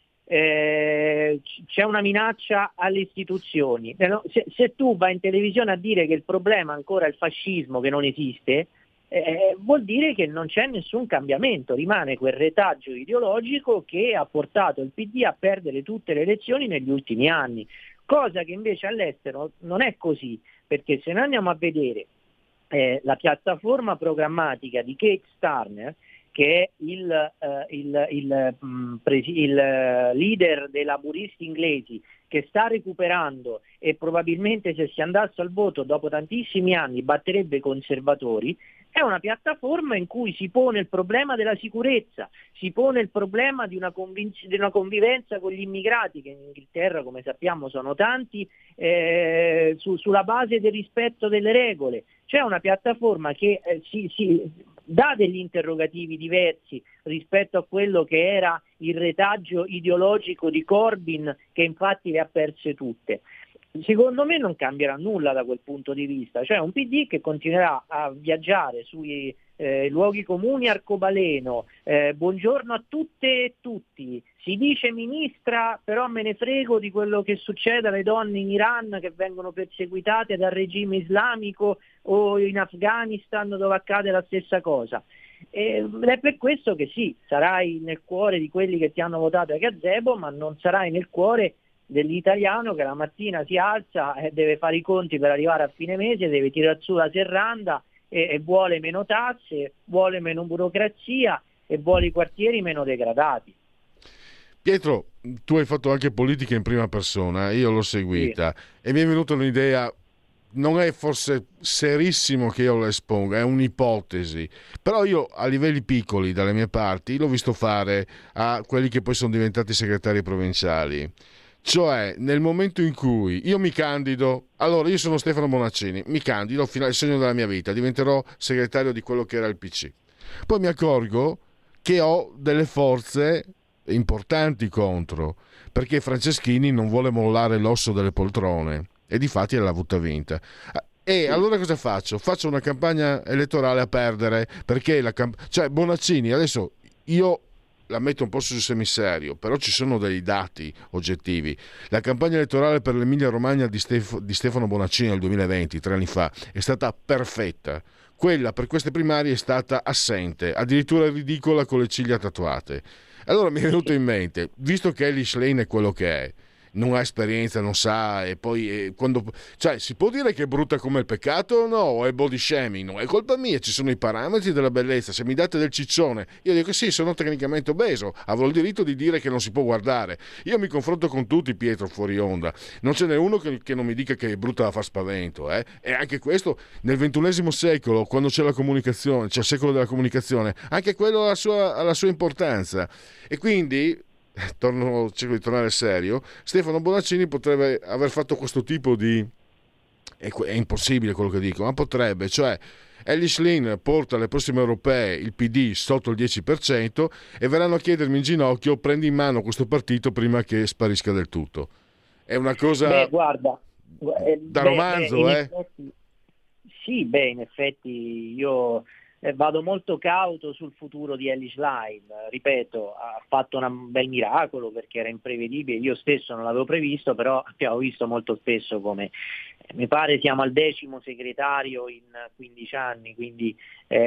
G: eh, c'è una minaccia alle istituzioni, se, se tu vai in televisione a dire che il problema ancora è il fascismo, che non esiste, Eh, vuol dire che non c'è nessun cambiamento, rimane quel retaggio ideologico che ha portato il P D a perdere tutte le elezioni negli ultimi anni, cosa che invece all'estero non è così, perché se noi andiamo a vedere eh, la piattaforma programmatica di Keir Starmer, che è il, eh, il, il, mh, presi- il leader dei laburisti inglesi, che sta recuperando e probabilmente se si andasse al voto dopo tantissimi anni batterebbe i conservatori, è una piattaforma in cui si pone il problema della sicurezza, si pone il problema di una, convinc- di una convivenza con gli immigrati, che in Inghilterra, come sappiamo, sono tanti, eh, su- sulla base del rispetto delle regole. C'è una piattaforma che eh, si, si dà degli interrogativi diversi rispetto a quello che era il retaggio ideologico di Corbyn, che infatti le ha perse tutte. Secondo me non cambierà nulla da quel punto di vista, cioè un P D che continuerà a viaggiare sui, eh, luoghi comuni arcobaleno, eh, buongiorno a tutte e tutti, si dice ministra, però me ne frego di quello che succede alle donne in Iran che vengono perseguitate dal regime islamico o in Afghanistan dove accade la stessa cosa. Ed è per questo che sì, sarai nel cuore di quelli che ti hanno votato a gazebo, ma non sarai nel cuore dell'italiano che la mattina si alza e deve fare i conti per arrivare a fine mese, deve tirare su la serranda e, e vuole meno tasse, vuole meno burocrazia e vuole i quartieri meno degradati.
B: Pietro, tu hai fatto anche politica in prima persona, io l'ho seguita, sì, e mi è venuta un'idea. Non è forse serissimo che io la esponga, è un'ipotesi, però io a livelli piccoli dalle mie parti l'ho visto fare a quelli che poi sono diventati segretari provinciali. Cioè, nel momento in cui io mi candido, allora io sono Stefano Bonaccini, mi candido fino al segno della mia vita, diventerò segretario di quello che era il P C. Poi mi accorgo che ho delle forze importanti contro, perché Franceschini non vuole mollare l'osso delle poltrone e difatti l'ha avuta vinta. E allora cosa faccio? Faccio una campagna elettorale a perdere, perché la camp- cioè Bonaccini adesso io la metto un po' sul semiserio, però ci sono dei dati oggettivi. La campagna elettorale per l'Emilia Romagna di, Stef- di Stefano Bonaccini nel duemilaventi, tre anni fa, è stata perfetta. Quella per queste primarie è stata assente, addirittura ridicola, con le ciglia tatuate. Allora mi è venuto in mente, visto che Elly Schlein è quello che è, non ha esperienza, non sa, e poi eh, quando, cioè si può dire che è brutta come il peccato o no? O è body shaming? Non è colpa mia, ci sono i parametri della bellezza. Se mi date del ciccione, io dico sì, sono tecnicamente obeso, avrò il diritto di dire che non si può guardare. Io mi confronto con tutti, Pietro, fuori onda, non ce n'è uno che, che non mi dica che è brutta da far spavento, eh? E anche questo nel ventunesimo secolo, quando c'è la comunicazione, c'è il secolo della comunicazione, anche quello ha la sua, ha la sua importanza. E quindi torno, cerco di tornare serio, Stefano Bonaccini potrebbe aver fatto questo tipo di, è, è impossibile quello che dico, ma potrebbe, cioè Elly Schlein porta alle prossime europee il P D sotto il dieci per cento e verranno a chiedermi in ginocchio: prendi in mano questo partito prima che sparisca del tutto. È una cosa
G: beh, guarda, eh,
B: da
G: beh,
B: romanzo,
G: beh,
B: eh?
G: effetti, sì, beh, in effetti io Eh, vado molto cauto sul futuro di Elly Schlein. Ripeto, ha fatto un bel miracolo perché era imprevedibile, io stesso non l'avevo previsto, però abbiamo visto molto spesso come, eh, mi pare siamo al decimo segretario in quindici anni, quindi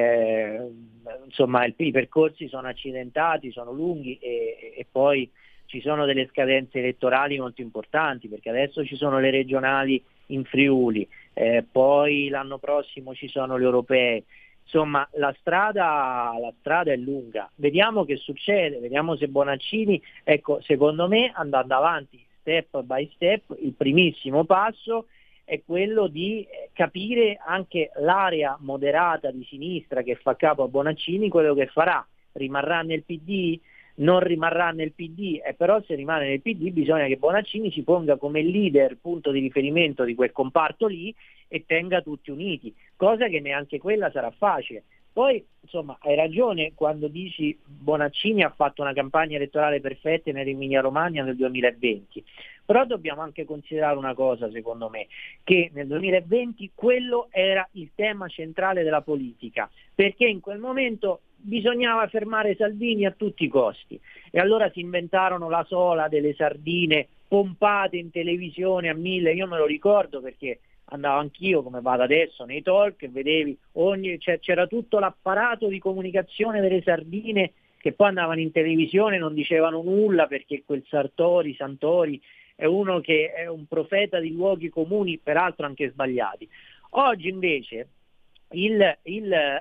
G: eh, insomma il, i percorsi sono accidentati, sono lunghi e, e poi ci sono delle scadenze elettorali molto importanti, perché adesso ci sono le regionali in Friuli, eh, poi l'anno prossimo ci sono le europee. Insomma, la strada, la strada è lunga. Vediamo che succede, vediamo se Bonaccini, ecco, secondo me, andando avanti step by step, il primissimo passo è quello di capire anche l'area moderata di sinistra che fa capo a Bonaccini, quello che farà. Rimarrà nel P D? Non rimarrà nel P D, e però se rimane nel P D bisogna che Bonaccini si ponga come leader, punto di riferimento di quel comparto lì, e tenga tutti uniti, cosa che neanche quella sarà facile. Poi insomma hai ragione quando dici Bonaccini ha fatto una campagna elettorale perfetta nell'Emilia Romagna nel duemilaventi, però dobbiamo anche considerare una cosa, secondo me, che nel duemilaventi quello era il tema centrale della politica, perché in quel momento bisognava fermare Salvini a tutti i costi, e allora si inventarono la sola delle sardine pompate in televisione a mille. Io me lo ricordo perché andavo anch'io, come vado adesso, nei talk, e vedevi ogni, c'era tutto l'apparato di comunicazione delle sardine che poi andavano in televisione, non dicevano nulla perché quel Sartori, Santori è uno che è un profeta di luoghi comuni, peraltro anche sbagliati. Oggi invece il, il, eh,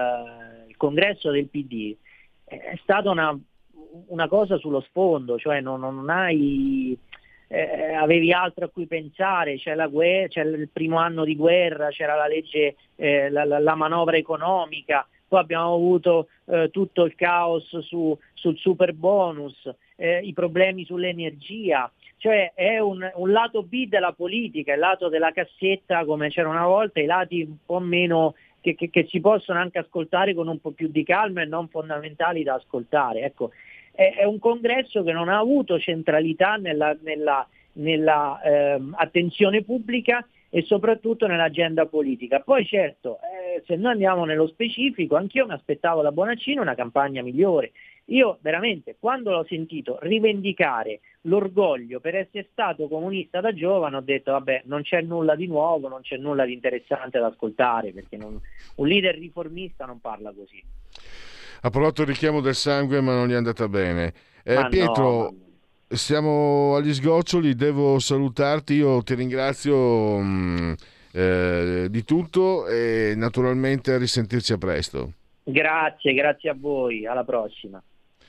G: il congresso del P D è stata una, una cosa sullo sfondo, cioè non, non hai... Eh, avevi altro a cui pensare, c'è la guerra, c'è il primo anno di guerra, c'era la legge, eh, la, la, la manovra economica, poi abbiamo avuto eh, tutto il caos su, sul super bonus, eh, i problemi sull'energia, cioè è un, un lato B della politica, il lato della cassetta come c'era una volta, i lati un po' meno che, che, che si possono anche ascoltare con un po' più di calma e non fondamentali da ascoltare, ecco. È un congresso che non ha avuto centralità nella, nella, nella ehm, attenzione pubblica e soprattutto nell'agenda politica. Poi certo, eh, se noi andiamo nello specifico, anch'io mi aspettavo da Bonaccini una campagna migliore. Io veramente, quando l'ho sentito rivendicare l'orgoglio per essere stato comunista da giovane, ho detto vabbè, non c'è nulla di nuovo, non c'è nulla di interessante da ascoltare, perché non, un leader riformista non parla così.
B: Ha provato il richiamo del sangue, ma non gli è andata bene. Eh, Pietro,
G: no, ma...
B: siamo agli sgoccioli, devo salutarti, io ti ringrazio mh, eh, di tutto e naturalmente a risentirci a presto.
G: Grazie, grazie a voi, alla prossima.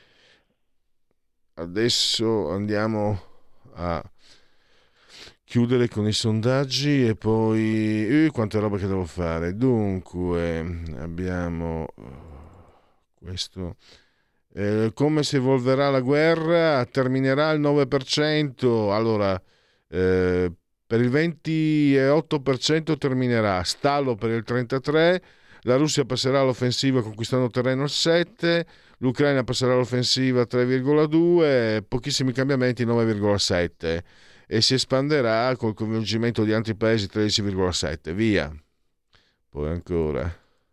B: Adesso andiamo a chiudere con i sondaggi e poi eh, quanta roba che devo fare. Dunque abbiamo questo, eh, come si evolverà la guerra, terminerà il nove per cento, allora eh, per il ventotto per cento terminerà, stallo per il trentatré per cento, la Russia passerà all'offensiva conquistando terreno al sette per cento, l'Ucraina passerà all'offensiva tre virgola due per cento, pochissimi cambiamenti nove virgola sette per cento e si espanderà col coinvolgimento di altri paesi tredici virgola sette per cento. Via. Poi ancora.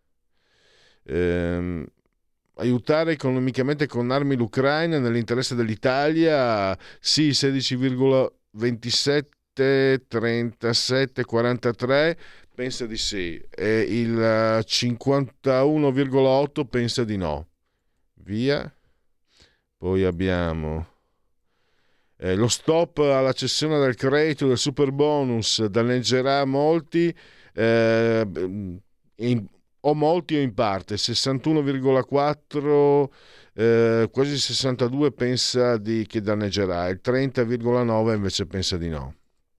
B: Ehm, aiutare economicamente con armi l'Ucraina nell'interesse dell'Italia, sì, sedici virgola ventisette, trentasette, quarantatré pensa di sì e il cinquantuno virgola otto pensa di no. Via. Poi abbiamo eh, lo stop alla cessione del credito del super bonus danneggerà molti eh, in, o molti o in parte, sessantuno virgola quattro eh, quasi sessantadue pensa di che danneggerà, il trenta virgola nove invece pensa di no.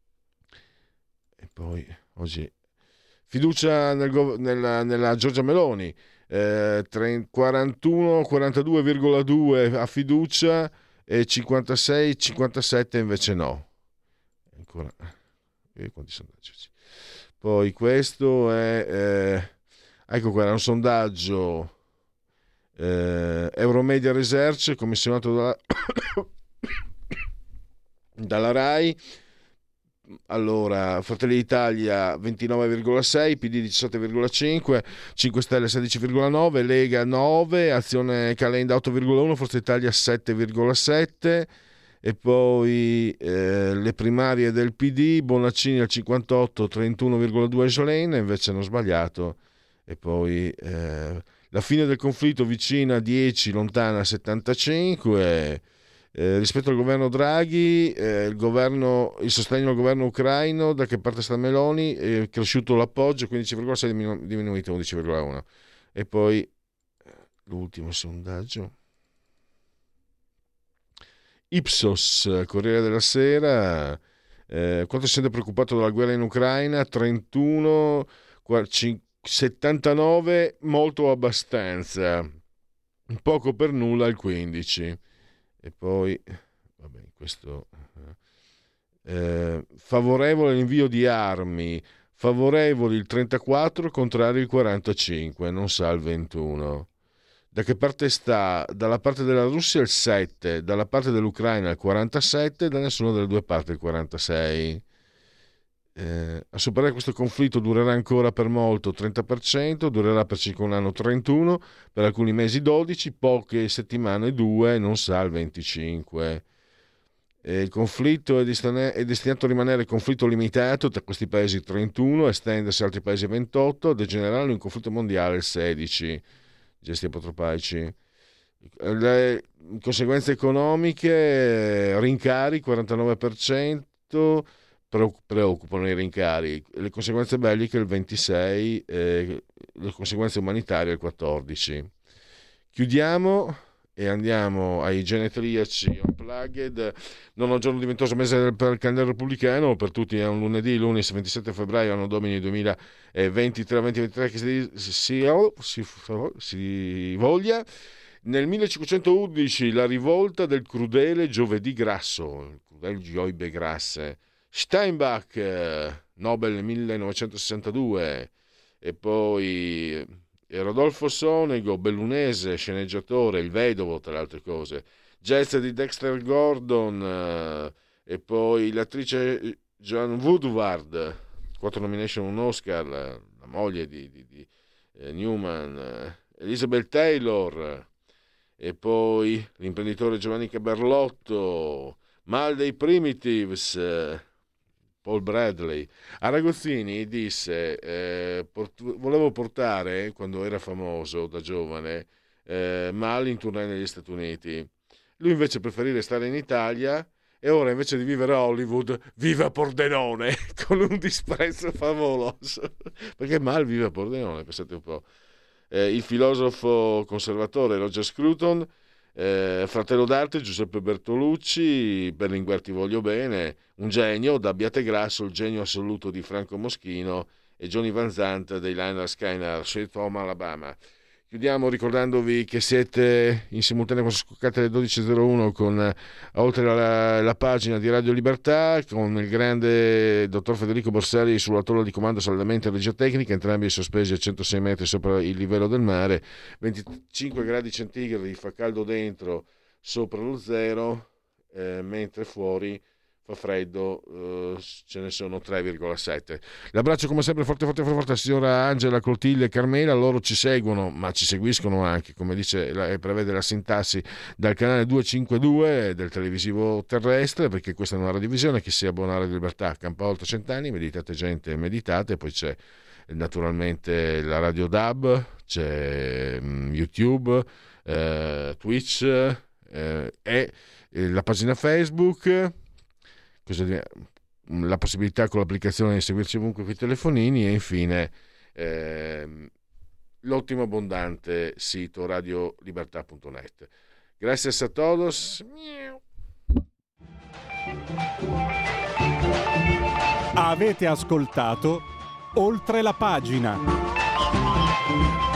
B: E poi oggi fiducia nel, nella, nella Giorgia Meloni, eh, quarantuno quarantadue virgola due a fiducia e cinquantasei cinquantasette invece no. Ancora eh, quanti sondaggi? Poi questo è eh, ecco qua, era un sondaggio eh, Euromedia Research commissionato dalla, dalla RAI. Allora, Fratelli d'Italia ventinove virgola sei, P D diciassette virgola cinque, cinque Stelle sedici virgola nove, Lega nove, Azione Calenda otto virgola uno, Forza Italia sette virgola sette e poi eh, le primarie del P D, Bonaccini al cinquantotto, trentuno virgola due Jolene, invece hanno sbagliato, e poi eh, la fine del conflitto vicina a dieci, lontana a settantacinque. Eh, rispetto al governo Draghi, eh, il, governo, il sostegno al governo ucraino, da che parte sta Meloni, è cresciuto l'appoggio, quindici virgola sei, diminuito undici virgola uno. E poi l'ultimo sondaggio. Ipsos, Corriere della Sera, eh, quanto si sente preoccupato dalla guerra in Ucraina? trentuno, settantanove, molto abbastanza, poco per nulla il quindici. E poi, vabbè, questo eh, favorevole all'invio di armi, favorevoli il trentaquattro, contrario il quarantacinque, non sa il ventuno. Da che parte sta? Dalla parte della Russia il sette, dalla parte dell'Ucraina il quarantasette, da nessuna delle due parti il quarantasei. Eh, a superare questo conflitto durerà ancora per molto trenta per cento, durerà per circa un anno trentuno, per alcuni mesi dodici, poche settimane due, non sa il venticinque. Eh, il conflitto è, distan- è destinato a rimanere conflitto limitato tra questi paesi trentuno, estendersi a altri paesi ventotto, degenerare in conflitto mondiale il sedici. Gesti apotropaici. Le conseguenze economiche, rincari quarantanove per cento, preoccupano i rincari, le conseguenze belliche il ventisei, eh, le conseguenze umanitarie il quattordici. Chiudiamo e andiamo ai genetriaci unplugged. Nono giorno diventoso mese per il calendario repubblicano, per tutti è un lunedì, lunes ventisette febbraio, anno domini duemilaventitré duemilaventitré che si, si, si, si voglia. Nel millecinquecentoundici la rivolta del crudele giovedì grasso, il crudele gioibe grasse. Steinbach, Nobel millenovecentosessantadue, e poi Rodolfo Sonego, bellunese, sceneggiatore, il vedovo tra le altre cose, jazz di Dexter Gordon, e poi l'attrice Joan Woodward, quattro nomination, un Oscar, la moglie di, di, di eh, Newman, eh, Elizabeth Taylor, e poi l'imprenditore Giovanni Caberlotto, Mal dei Primitives, eh, Paul Bradley. A Ragozzini disse eh, port- volevo portare, quando era famoso da giovane, eh, Mal in tournée negli Stati Uniti. Lui invece preferì restare in Italia e ora invece di vivere a Hollywood vive a Pordenone con un disprezzo favoloso perché Mal vive a Pordenone, pensate un po'. Eh, il filosofo conservatore Roger Scruton, eh, fratello d'arte Giuseppe Bertolucci, Berlinguer ti voglio bene, un genio, da Abbiategrasso, il genio assoluto di Franco Moschino e Johnny Van Zandt dei Liner Skyner, Sweet Home Alabama. Chiudiamo ricordandovi che siete in simultanea con Scoccate alle dodici e zero uno con, eh, oltre alla la pagina di Radio Libertà, con il grande dottor Federico Borsari sulla tolla di comando, saldamento e regia tecnica, entrambi sospesi a centosei metri sopra il livello del mare, venticinque gradi centigradi, fa caldo dentro, sopra lo zero, eh, mentre fuori fa freddo, eh, ce ne sono tre virgola sette. L'abbraccio come sempre forte forte forte a signora Angela, Clotilde e Carmela. Loro ci seguono, ma ci seguiscono anche, come dice e prevede la sintassi, dal canale duecentocinquantadue del televisivo terrestre, perché questa è una radiovisione. Chi si abbona a Radio Libertà campa oltre cent'anni. Meditate gente, meditate. Poi c'è naturalmente la Radio D A B, c'è YouTube, eh, Twitch, eh, e la pagina Facebook, la possibilità con l'applicazione di seguirci ovunque con i telefonini, e infine eh, l'ottimo abbondante sito radio libertà punto net. Gracias a todos.
A: Avete ascoltato Oltre la pagina.